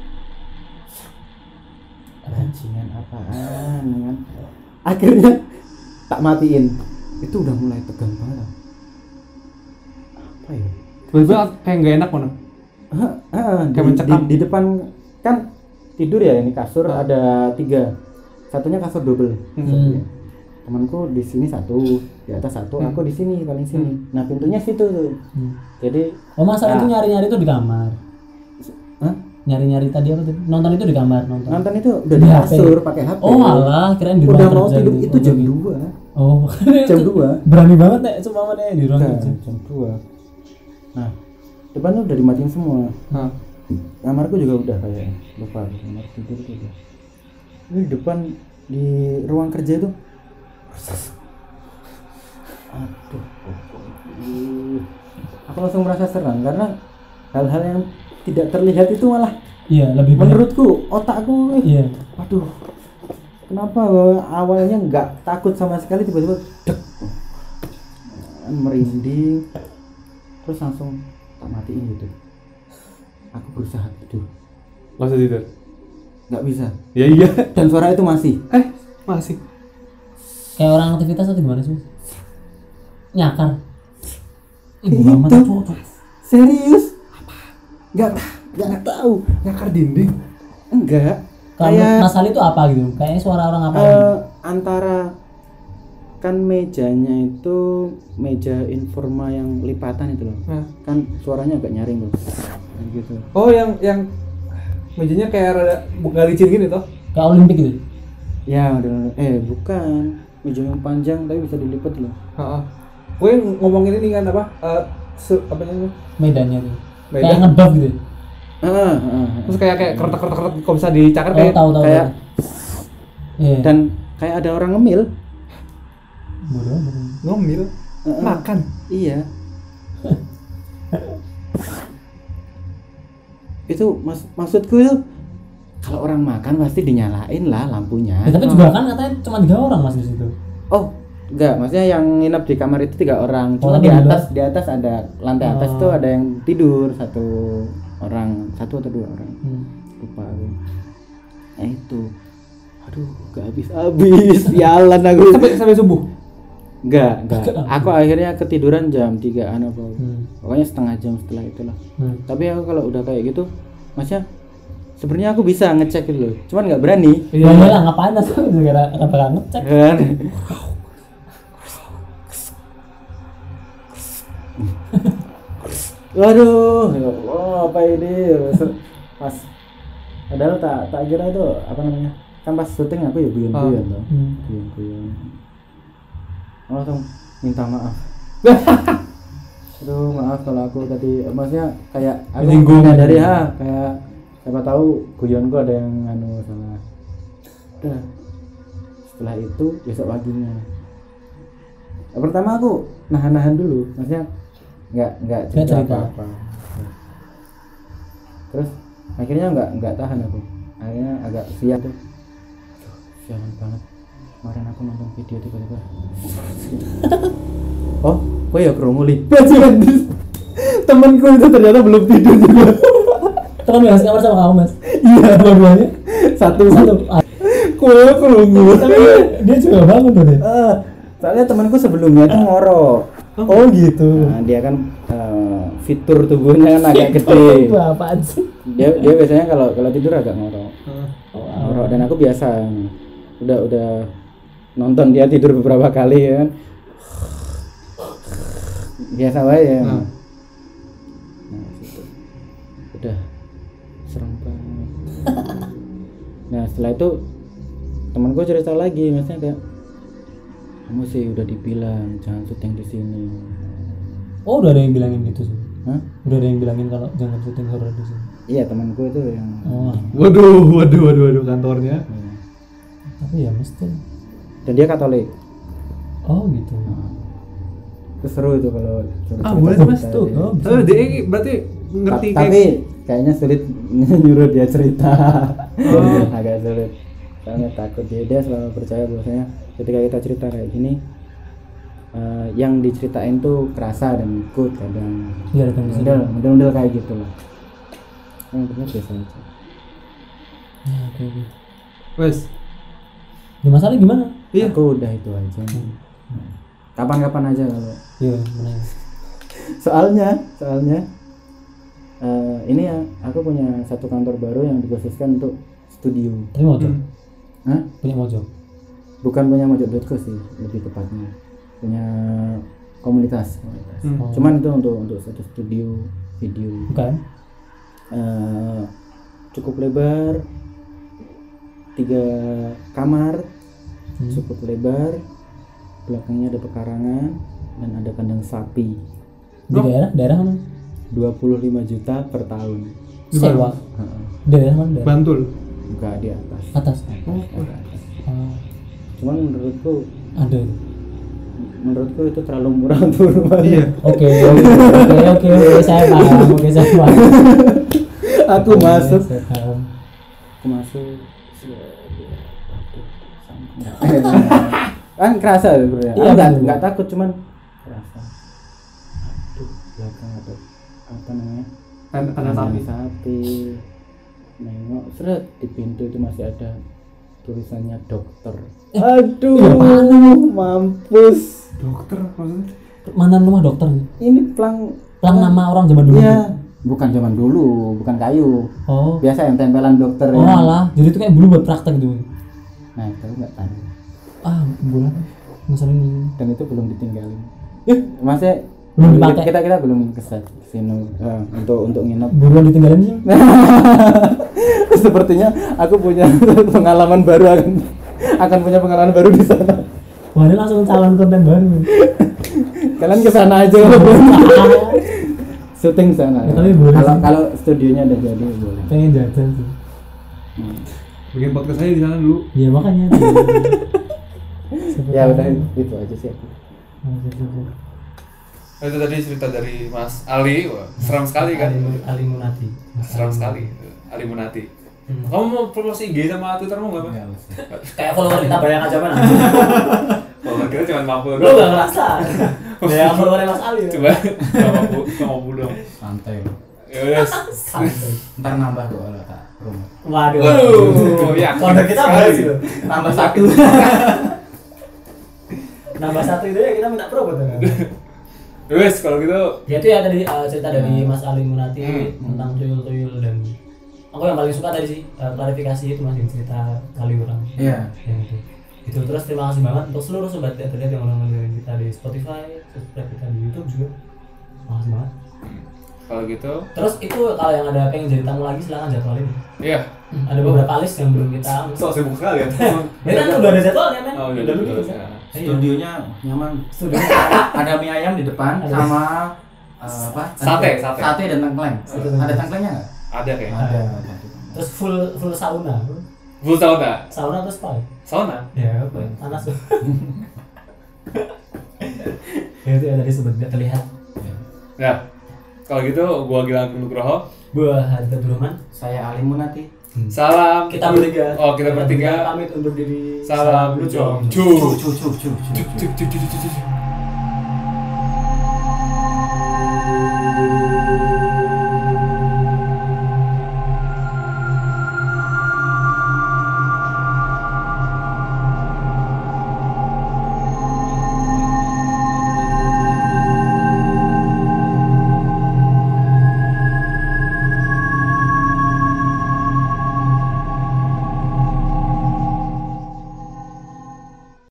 bajingan apaan ya kan. Akhirnya tak matiin. Itu udah mulai tegang banget. Apa ya? Tiba-tiba kayak nggak enak mana? Heeh, heeh, di, Kayak mencekam. di, di depan kan tidur ya ini kasur Ah. ada tiga. Satunya kasur double. Hmm. Temanku di sini satu, di atas satu, Hmm. aku di sini paling sini. Nah, pintunya situ tuh. Hmm. Jadi Oh, masalah Nah. itu nyari-nyari itu di kamar. hah? Nyari-nyari tadi apa tuh? Nonton itu di kamar, nonton. Nonton itu udah Di di H P. kasur pakai H P. Oh, alah, kirain di Udah ruang mau kerja tidur gitu. itu Oh, jam gitu. dua. Oh, Jam dua. Berani banget nek cuma mana di ruang Udah, kerja. jam dua. Nah, depannya udah dimatiin semua. Hah. Kamarku juga udah kayak lupa kamar tidur itu udah. Ini di depan di ruang kerja itu Aduh, aku langsung merasa serang karena hal-hal yang tidak terlihat itu malah Iya, lebih banyak. menurutku otakku Iya. waduh, kenapa awalnya nggak takut sama sekali, tiba-tiba dek, merinding, terus langsung tak matiin gitu. Aku berusaha tidur, Nggak usah tidur. nggak bisa, Ya iya. dan suara itu masih. Eh, masih. Kayak orang aktivitas atau gimana sih? Nyakar. Ibu Itu amat tuh. serius? Nggak nggak tahu. Nyakar dinding. Enggak. Kalau Kayak masalah itu apa gitu? Kayaknya suara orang apa? eh, antara kan mejanya itu meja informa yang lipatan itu loh. Nah. Kan suaranya agak nyaring loh. Kayak gitu. Oh, yang yang mejanya kayak rada nggak licin gini toh? Kayak Olimpik gitu. Ya, udah eh bukan. Meja yang panjang tapi bisa dilipat loh. Heeh. Gue ngomongin ini kan apa? Eh, se- apa namanya? Medannya tuh. Medan. Kayak ngedok gitu. Heeh, heeh. Terus kayak kayak kereta-kereta kalau bisa dicakar Oh, kayak tahu tahu. kayak- tahu. Iya. Dan kayak ada orang ngemil. bodoh amat. ngomil, Heeh. makan. Iya. Itu mas maksudku itu kalau orang makan pasti dinyalain lah lampunya. Ya, tapi juga kan katanya cuma tiga orang mas di situ. Oh, enggak, maksudnya yang nginep di kamar itu tiga orang. Oh, Cuma tapi di di atas di atas ada lantai atas Oh. tuh ada yang tidur satu orang, satu atau dua orang. Hmm. Lupa aku. Nah itu. Aduh, gak habis-habis. Sialan aku. Sampai sampai subuh. Enggak, enggak. Enggak. Aku akhirnya ketiduran jam tigaan apa. Hmm. Pokoknya setengah jam setelah itulah. Hmm. Tapi aku kalau udah kayak gitu, maksudnya sebenarnya aku bisa ngecek gitu loh. Cuman nggak berani. Iya lah ngapain mas? Gara gara ngecek. Kan. Waduh, ya Allah, apa ini? Pas padahal tak tak kira itu apa namanya? Kan pas syuting aku ya guyon-guyon loh. Hmm. Guyon-guyon. Aku langsung minta maaf. Aduh, maaf kalau aku tadi maksudnya kayak aku Menyinggung. dari ha kayak siapa tahu guyonku ada yang anu salah. Udah. Setelah itu besok paginya. Nah, pertama aku nahan-nahan dulu, maksudnya nggak nggak Nggak cerita cerita. apa-apa. Terus akhirnya nggak nggak tahan aku. Akhirnya agak sial tuh. Aduh, sialan banget. Kemarin aku nonton video tiba-tiba. Oh, gue ya kerungu lipat sih. Temenku itu ternyata belum tidur juga. Teman yang kamar sama kamu mas? Iya, Dua-duanya. satu Satu. Ah, Gue kerungu. tapi dia juga bangun tuh deh. Eh, soalnya temanku sebelumnya tuh ngorok. Oh gitu. Nah, dia kan eh, fitur tubuhnya kan agak gede. Itu apaan sih? Dia dia biasanya kalau kalau tidur agak ngorok. Oh, Ngorok dan aku biasa. Udah udah nonton dia tidur beberapa kali ya kan. Biasa wae ya. Hmm. Nah, situ. Udah serem banget. Nah, setelah itu temanku cerita lagi, maksudnya kayak kamu sih udah dibilang jangan syuting di sini. Oh udah ada yang bilangin gitu sih. Hah? Udah ada yang bilangin kalau jangan syuting horor di sini. Iya, temanku itu yang Oh. Waduh, waduh, waduh, waduh kantornya. iya. Tapi ya mesti. Dan dia Katolik. Oh gitu. Itu seru itu kalau cerita- Ah, boleh, cerita Mas, dia. tuh. Oh, bisa. Oh, dia ini berarti ngerti Ta- kayak tapi kayaknya sulit nyuruh dia cerita. Oh. Agak sulit. Soalnya takut dia dia selalu percaya bahwasanya ketika kita cerita kayak gini eh, yang diceritain tuh kerasa dan ikut kadang. Iya datang ke sini. Model model-model kayak gitu lah. Yang benar biasa aja. Ya, oke oke. Wes. Ya masalah gimana? Iya. Aku udah itu aja. Kapan-kapan aja kalau. Iya mana? Soalnya, soalnya eh, ini ya aku punya satu kantor baru yang dikhususkan untuk studio. Tapi mau Hmm. Hah? punya mojo. Bukan punya mojok dot co sih, lebih tepatnya punya komunitas. komunitas. Hmm. Oh. Cuman itu untuk untuk satu studio video. Bukan? Eh, cukup lebar, tiga kamar, Hmm. cukup lebar, belakangnya ada pekarangan dan ada kandang sapi. Di daerah daerah mana? dua puluh lima juta per tahun. Sewa. Heeh. Daerah mana? Daerah Bantul. Enggak di atas. atas. Atas, agak atas. Oh. Cuman menurutku Ada. Menurutku itu terlalu murah untuk rumah. Iya. Oke, oke, oke, oke, saya paham, oke saya paham. Aku masuk. Saya paham. Aku masuk. Kan kerasa ya bro ya. Iya, Aku nggak betul. nggak takut cuman kerasa. Aduh, belakang ada apa namanya? Tanda tanda sapi. sapi. Nengok seret di pintu itu masih ada tulisannya dokter. Aduh, iya, apaan? mampus. Dokter maksudnya? Mantan rumah dokter. Ini pelang Pelang nama orang zaman dulu. Iya, bukan zaman dulu, bukan kayu. Oh. Biasa yang tempelan dokter Oh yang- alah, jadi itu kayak dulu buat praktek gitu. Nah, itu nggak tahu. Ah, bulan. Ngeselin. Dan itu belum ditinggalin. Eh, masih Belum dipakai. kita kita belum ke sini eh, untuk untuk nginep. Buruan ditinggalin sih. Sepertinya aku punya pengalaman baru akan akan punya pengalaman baru di sana. Wah, ini langsung calon konten baru. Kalian ke sana aja kalau syuting sana. Ya, tapi boleh Kalau sih. kalau studionya udah jadi boleh. Pengen jajan sih. Hmm. Bikin podcast aja di sana dulu. Ya makanya. Ya udah itu aja sih aku. Nah, itu tadi cerita dari Mas Ali, wah, seram sekali kan? Ali, Ali Munati. Seram sekali, Ali Munati. Hmm. Kamu mau promosi I G sama Twittermu nggak, Mas? Kayak follower kita banyak aja mana? Kalau kita cuma mampu Lu gak ngerasa? Ya followernya Mas Ali. Coba, nggak mampu, nggak mampu dong. Santai. Ya udah. Santai. Ntar nambah kok kalau tak promo. Waduh. Waduh, ya. Kode kita berapa sih? Nambah satu. Nambah satu itu ya kita minta promo tuh. Wes, kalau gitu. Ya itu ya tadi uh, cerita dari Mas Ali Munati Hmm. tentang tuyul-tuyul dan aku yang paling suka tadi sih uh, klarifikasi itu Mas yang cerita kali orang. Iya. Yang itu. Itu terus terima kasih banget untuk seluruh sobat teater yang udah dengerin kita di Spotify, subscribe kita di YouTube juga. Makasih banget. Kalau gitu. Terus itu kalau yang ada pengen jadi tamu lagi silakan jadwalin. Iya. Ada beberapa list yang belum kita So sibuk sekali ya. Ya kan udah ada jadwalnya men. Oh, udah Udah ada dulu jadwalnya. kan. Studionya nyaman. Studio. Ada mie ayam di depan Ada. sama eh, apa? Sate, sate. Sate dan tengkleng. Sate. Ada tengklengnya nggak? Ada kayaknya. Ada. Terus full full sauna. Full sauna. Sauna terus spa. Sauna. Ya, apa? Panas tuh. Ya itu ya tadi sebut nggak terlihat. Nah, kalau gitu gua Gilang Nugroho. Gua Hadid Abdurrahman. Saya Ali Munati. Salam. Kita bertiga. Oh, kita bertiga. pamit undur diri. Salam lucu. Cu cu cu cu cu. Cuk cuk cuk cuk cuk.